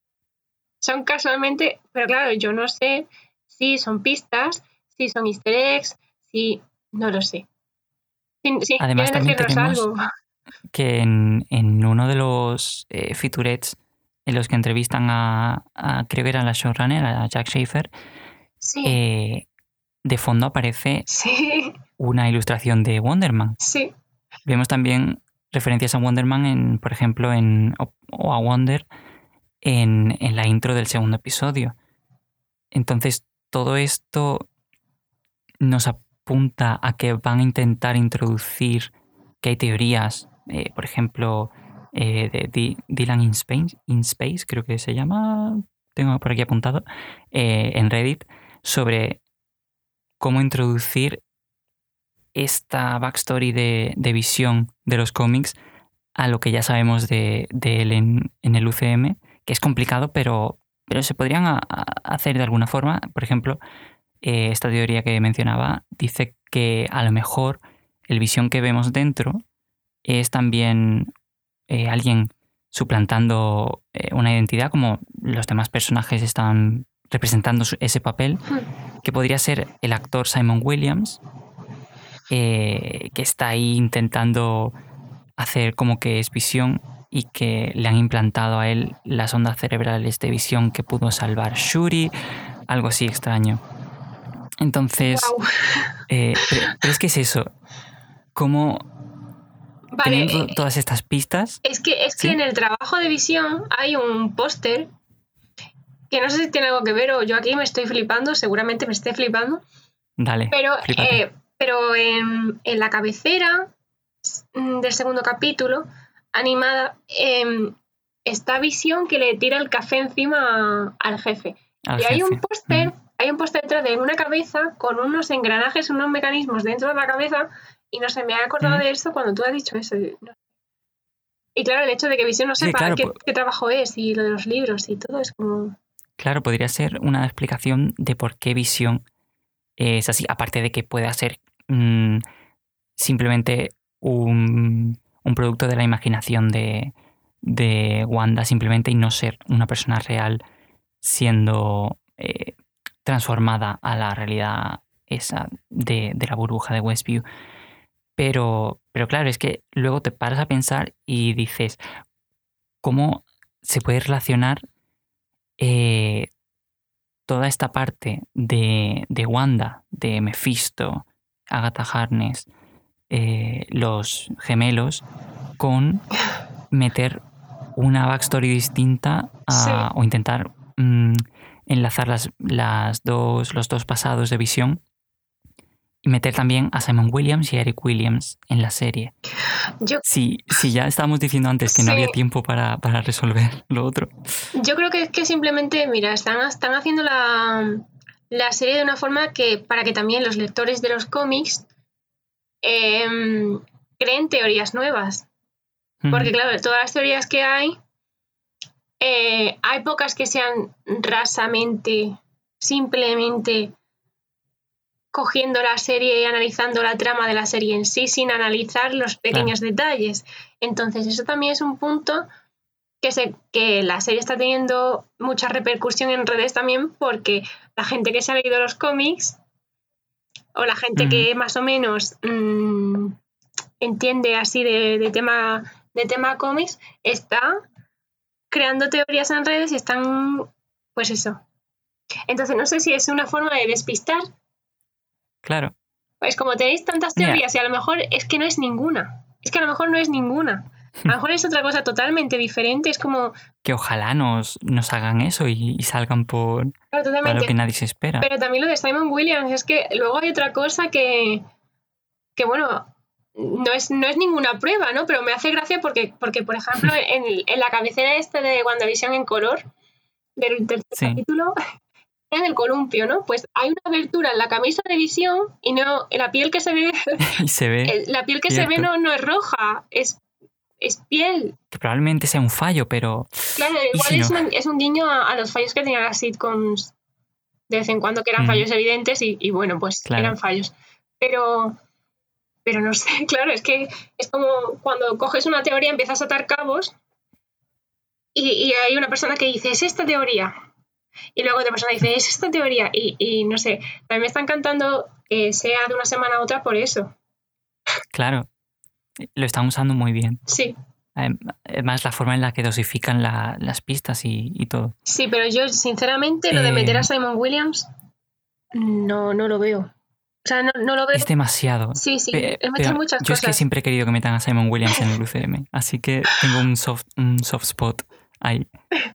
son casualmente, pero claro, yo no sé si son pistas, si son easter eggs, si no lo sé. Si, si Además también tenemos algo. que en, en uno de los eh, featurettes en los que entrevistan a, a creo que era la showrunner, a Jack Schaefer, sí. eh, de fondo aparece sí. una ilustración de Wonder Man. Sí. Vemos también referencias a Wonder Man, en, por ejemplo, en, o, o a Wonder en, en la intro del segundo episodio. Entonces, todo esto nos apunta a que van a intentar introducir, que hay teorías, eh, por ejemplo, eh, de D- Dylan in Space, in Space, creo que se llama, tengo por aquí apuntado, eh, en Reddit, sobre cómo introducir esta backstory de, de Visión de los cómics a lo que ya sabemos de, de él en, en el U C M, que es complicado, pero, pero se podrían a, a hacer de alguna forma. Por ejemplo, eh, esta teoría que mencionaba dice que a lo mejor el Visión que vemos dentro es también eh, alguien suplantando eh, una identidad, como los demás personajes están representando ese papel, que podría ser el actor Simon Williams, eh, que está ahí intentando hacer como que es Visión y que le han implantado a él las ondas cerebrales de Visión que pudo salvar Shuri, algo así extraño. Entonces, wow. eh, pero, pero es que es eso, como vale, teniendo eh, todas estas pistas. Es que, es ¿sí? que en el trabajo de Visión hay un póster que no sé si tiene algo que ver o yo aquí me estoy flipando, seguramente me esté flipando. Dale. Pero, eh, pero en, en la cabecera del segundo capítulo, animada, eh, está Visión que le tira el café encima al jefe. Al y jefe. hay un póster, mm. hay un póster detrás de una cabeza con unos engranajes, unos mecanismos dentro de la cabeza, y no sé, me he acordado mm. de eso cuando tú has dicho eso. No. Y claro, el hecho de que Visión no sepa sí, claro, qué, pues, qué trabajo es y lo de los libros y todo es como... Claro, podría ser una explicación de por qué Visión es así, aparte de que pueda ser mmm, simplemente un, un producto de la imaginación de, de Wanda simplemente y no ser una persona real siendo eh, transformada a la realidad esa de, de la burbuja de Westview. Pero, pero claro, es que luego te paras a pensar y dices, ¿cómo se puede relacionar eh, toda esta parte de, de Wanda, de Mephisto, Agatha Harkness, eh, los gemelos, con meter una backstory distinta a, Sí. o intentar mm, enlazar las, las dos, los dos pasados de Visión y meter también a Simon Williams y a Eric Williams en la serie? Yo, Si, si ya estábamos diciendo antes que no Sí. había tiempo para, para resolver lo otro. yo creo que es que simplemente, mira, están, están haciendo la, la serie de una forma que para que también los lectores de los cómics em, creen teorías nuevas. Porque Mm, claro, todas las teorías que hay, eh, hay pocas que sean rasamente, simplemente cogiendo la serie y analizando la trama de la serie en sí, sin analizar los pequeños detalles. Entonces, eso también es un punto que, se, que la serie está teniendo mucha repercusión en redes también, porque la gente que se ha leído los cómics o la gente Ujú. que más o menos mm, entiende así de, de tema de tema cómics está creando teorías en redes y están, pues eso. Entonces no sé si es una forma de despistar. claro. Pues como tenéis tantas Mira. teorías y a lo mejor es que no es ninguna. Es que a lo mejor no es ninguna. A lo mejor es otra cosa totalmente diferente. Es como, Que ojalá nos, nos hagan eso y, y salgan por claro, para lo totalmente. que nadie se espera. Pero también lo de Simon Williams es que luego hay otra cosa que, que bueno, no es, no es ninguna prueba, ¿no? Pero me hace gracia porque, porque por ejemplo, en, en la cabecera este de WandaVision en color, del tercer Sí. capítulo, en el columpio, ¿no? Pues hay una abertura en la camisa de Visión y no, la piel que se ve, Y se ve la piel que se ve cierto. no, no es roja, es, es piel. que probablemente sea un fallo, pero Claro, ¿y igual si es, no? un, es un guiño a, a los fallos que tenían las sitcoms de vez en cuando, que eran Mm. fallos evidentes y, y bueno, pues Claro. eran fallos. Pero, pero no sé, claro, es que es como cuando coges una teoría, empiezas a atar cabos y, y hay una persona que dice, es esta teoría. Y luego otra persona dice, es esta teoría. Y, y no sé, también me está encantando que sea de una semana a otra por eso. Claro, lo están usando muy bien. Sí, Además, la forma en la que dosifican la- las pistas y, y todo. sí, pero yo sinceramente lo de Eh, meter a Simon Williams no, no lo veo. O sea, no, no lo veo. Es demasiado. Sí, sí, Pe- es meter pero muchas yo es que cosas. siempre he querido que metan a Simon Williams en el U C M, así que tengo un soft, un soft spot ahí.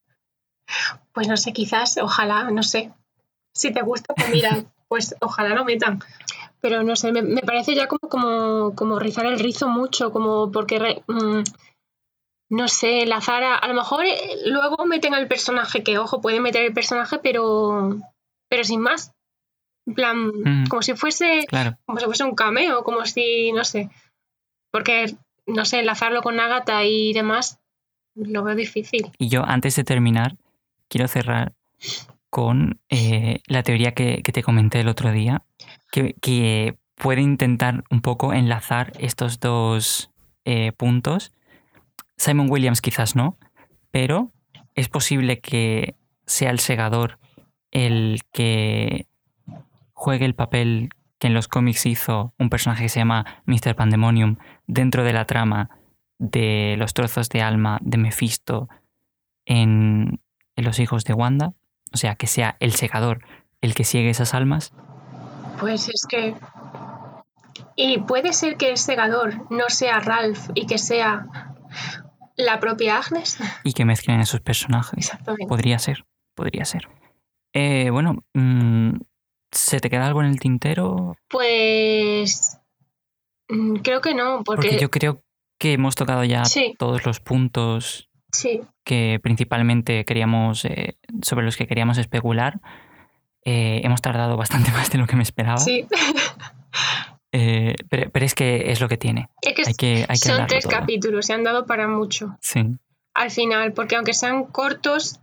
Pues no sé, quizás, ojalá, no sé. Si te gusta, pues mira, pues ojalá lo metan. Pero no sé, me, me parece ya como, como, como rizar el rizo mucho, como porque, re- mm, no sé, enlazar a, a lo mejor eh, luego meten al personaje, que ojo, pueden meter el personaje, pero, pero sin más. En plan, Mm, como si fuese, claro. como si fuese un cameo, como si, no sé. Porque, no sé, enlazarlo con Agatha y demás, lo veo difícil. Y yo, antes de terminar, quiero cerrar con eh, la teoría que, que te comenté el otro día, que, que puede intentar un poco enlazar estos dos eh, puntos. Simon Williams quizás no, pero es posible que sea el segador el que juegue el papel que en los cómics hizo un personaje que se llama mister Pandemonium dentro de la trama de los trozos de alma de Mephisto en, en Los hijos de Wanda. O sea, que sea el segador el que siegue esas almas. Pues es que... Y puede ser que el segador no sea Ralph y que sea la propia Agnes. Y que mezclen esos personajes. Exactamente. Podría ser, podría ser. Eh, bueno, mmm, ¿se te queda algo en el tintero? Pues... mm, creo que no, porque... Porque yo creo que hemos tocado ya Sí. todos los puntos Sí, que principalmente queríamos, eh, sobre los que queríamos especular. Eh, hemos tardado bastante más de lo que me esperaba. sí. Eh, pero, pero es que es lo que tiene. Es que, Hay que, hay que son hablarlo tres todo. capítulos, se han dado para mucho. Sí. Al final, porque aunque sean cortos,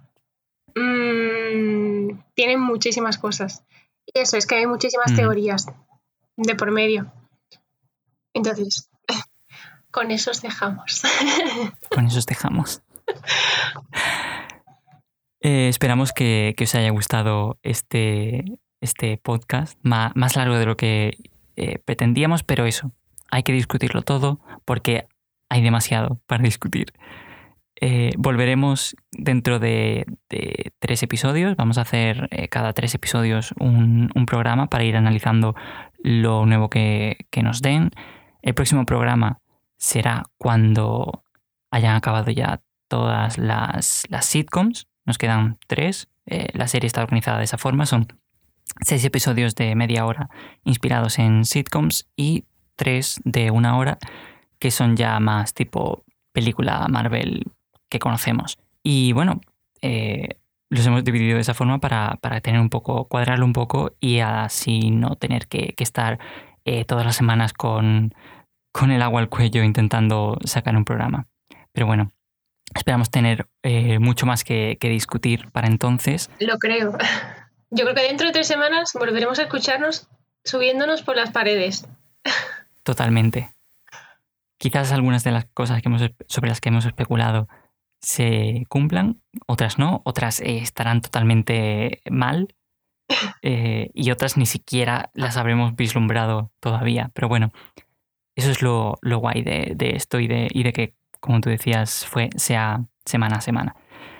mmm, tienen muchísimas cosas. Y eso, es que hay muchísimas Mm. teorías de por medio. Entonces, con eso os dejamos. Con eso os dejamos. Eh, esperamos que, que os haya gustado este, este podcast, más, más largo de lo que eh, pretendíamos, pero eso, hay que discutirlo todo porque hay demasiado para discutir. Eh, volveremos dentro de, de tres episodios. Vamos a hacer eh, cada tres episodios un, un programa para ir analizando lo nuevo que, que nos den. El próximo programa será cuando hayan acabado ya todas las, las sitcoms. Nos quedan tres. Eh, la serie está organizada de esa forma. Son seis episodios de media hora inspirados en sitcoms y tres de una hora que son ya más tipo película Marvel que conocemos. Y bueno, eh, los hemos dividido de esa forma para, para tener un poco, cuadrarlo un poco y así no tener que, que estar eh, todas las semanas con, con el agua al cuello intentando sacar un programa. Pero bueno, esperamos tener eh, mucho más que, que discutir para entonces. Lo creo. Yo creo que dentro de tres semanas volveremos a escucharnos subiéndonos por las paredes. Totalmente. Quizás algunas de las cosas que hemos, sobre las que hemos especulado se cumplan, otras no, otras eh, estarán totalmente mal eh, y otras ni siquiera las habremos vislumbrado todavía. Pero bueno, eso es lo, lo guay de, de esto y de, y de que, como tú decías, fue, sea semana a semana.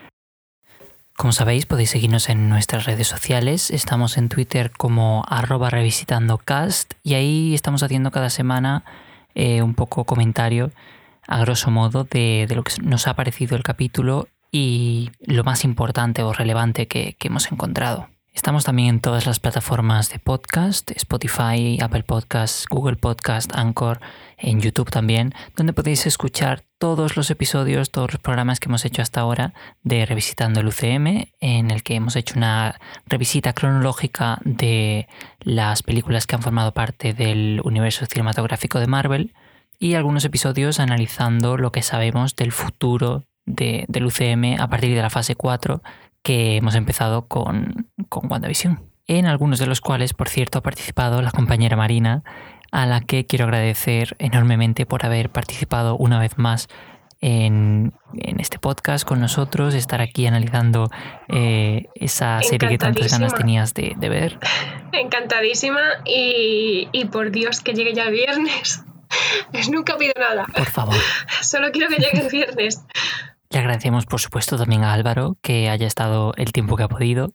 Como sabéis, podéis seguirnos en nuestras redes sociales. Estamos en Twitter como arroba revisitandocast y ahí estamos haciendo cada semana eh, un poco comentario a grosso modo de, de lo que nos ha parecido el capítulo y lo más importante o relevante que, que hemos encontrado. Estamos también en todas las plataformas de podcast, Spotify, Apple Podcasts, Google Podcast, Anchor, en YouTube también, donde podéis escuchar todos los episodios, todos los programas que hemos hecho hasta ahora de Revisitando el U C M, en el que hemos hecho una revisita cronológica de las películas que han formado parte del universo cinematográfico de Marvel y algunos episodios analizando lo que sabemos del futuro de, del U C M a partir de la fase cuatro que hemos empezado con, con WandaVision. En algunos de los cuales, por cierto, ha participado la compañera Marina, a la que quiero agradecer enormemente por haber participado una vez más en, en este podcast con nosotros, estar aquí analizando eh, esa serie que tantas ganas tenías de, de ver. Encantadísima y, y por Dios que llegue ya el viernes. Pues nunca pido nada. Por favor. Solo quiero que llegue el viernes. Le agradecemos, por supuesto, también a Álvaro que haya estado el tiempo que ha podido.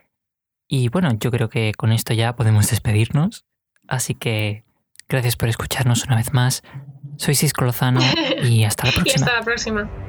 Y bueno, yo creo que con esto ya podemos despedirnos. Así que gracias por escucharnos una vez más. Soy Cisco Lozano y hasta la próxima. Y hasta la próxima.